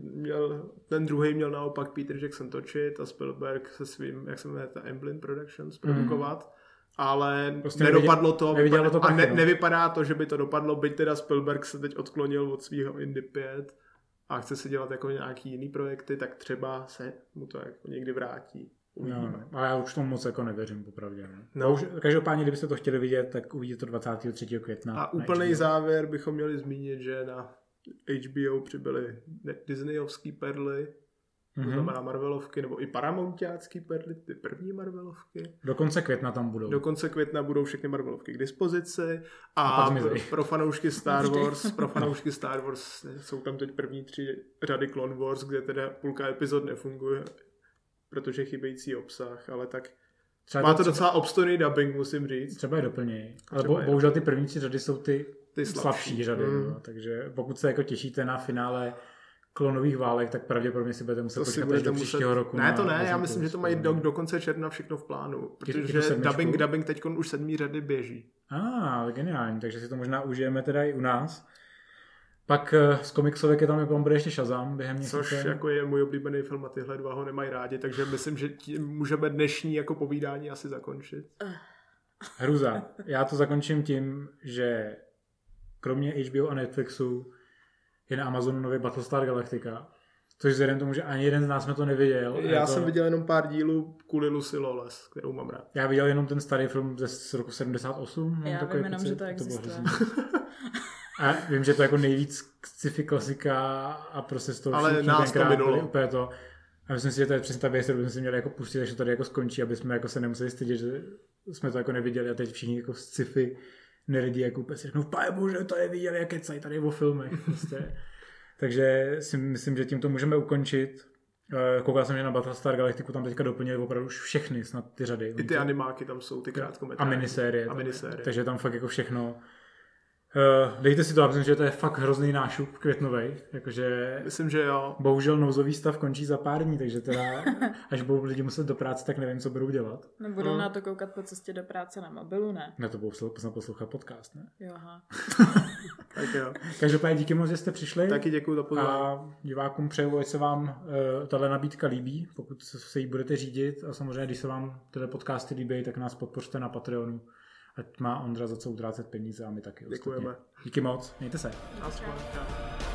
ten druhý měl naopak Peter Jackson točit a Spielberg se svým, jak se jmenuje, Amblin Productions produkovat, ale prostě nedopadlo to a nevypadá to, že by to dopadlo, byť teda Spielberg se teď odklonil od svého Indy 5 a chce se dělat jako nějaký jiný projekty, tak třeba se mu to jako někdy vrátí. No, ale já už tomu moc jako nevěřím, popravdě. No. Každopádně, kdybyste to chtěli vidět, tak uvidíte to 23. května. A úplný závěr bychom měli zmínit, že na HBO přibyly disneyovský perly, to znamená Marvelovky, nebo i Paramountiácký perly, ty první Marvelovky. Do konce května tam budou. Do konce května budou všechny Marvelovky k dispozici a pro fanoušky Star Wars jsou tam teď první 3 řady Clone Wars, kde teda půlka epizod nefunguje, protože chybějící obsah, ale tak má to docela obstojný dubbing, musím říct. Třeba je doplněj. Ale bohužel ty první 3 řady jsou ty slabší řady. No. Takže pokud se jako těšíte na finále klonových válek, tak pravděpodobně si budete muset počkat až do příštího roku. Ne, to ne, já myslím, že to mají do konce června všechno v plánu, protože dubbing teď už 7 řady běží. Geniální, takže si to možná užijeme teda i u nás. Pak z komiksovek je tam bude ještě Shazam během měsíce. Což jako je můj oblíbený film a tyhle dva ho nemají rádi, takže myslím, že můžeme dnešní jako povídání asi zakončit. Hruza. Já to zakončím tím, že kromě HBO a Netflixu je na Amazonu nový Battlestar Galactica, což vzhledem tomu, že ani jeden z nás jsme to neviděl. Já jsem viděl jenom pár dílů kvůli Lucy Lawless, kterou mám rád. Já viděl jenom ten starý film z roku 78. Já vím jenom, že to existuje. A vím, že to je jako nejvíc sci-fi klasika a prostě z toho ale nás to minulo. Úplně to. A myslím si, že to je přesně ta věc, kterou bychom si měli jako pustit, takže to tady jako skončí, aby jsme jako se nemuseli stydět, že jsme to jako neviděli a teď všichni jako sci-fi neredi jako úplně si řeknou, bože, to neviděli, jak kecají tady o filmech. Prostě. Takže si myslím, že tím to můžeme ukončit. Koukal jsem, že na Battlestar Galactiku tam teďka doplnili opravdu už všechny snad ty řady. I ty animáky tam jsou, ty krátkometráže. A minisérie. A minisérie. Takže tam fakt jako všechno. Dejte si to, myslím, že to je fakt hrozný nášup květnovej, jakože Myslím, že jo. bohužel nouzový stav končí za pár dní, takže teda až budou lidi muset do práce, tak nevím, co budou dělat. Nebudou na to koukat po cestě do práce na mobilu, ne? Na to budou poslouchat podcast, ne? Jo, aha. Tak jo. Každopádně díky moc, že jste přišli. Taky děkuju za pozvání. A divákům přeju, ať se vám tahle nabídka líbí, pokud se jí budete řídit. A samozřejmě, když se vám tyhle podcasty líbí, tak nás podpořte na Patreonu. Ať má Ondra za co utrácet peníze a my taky. Děkujeme. Díky moc, mějte se. Naschle.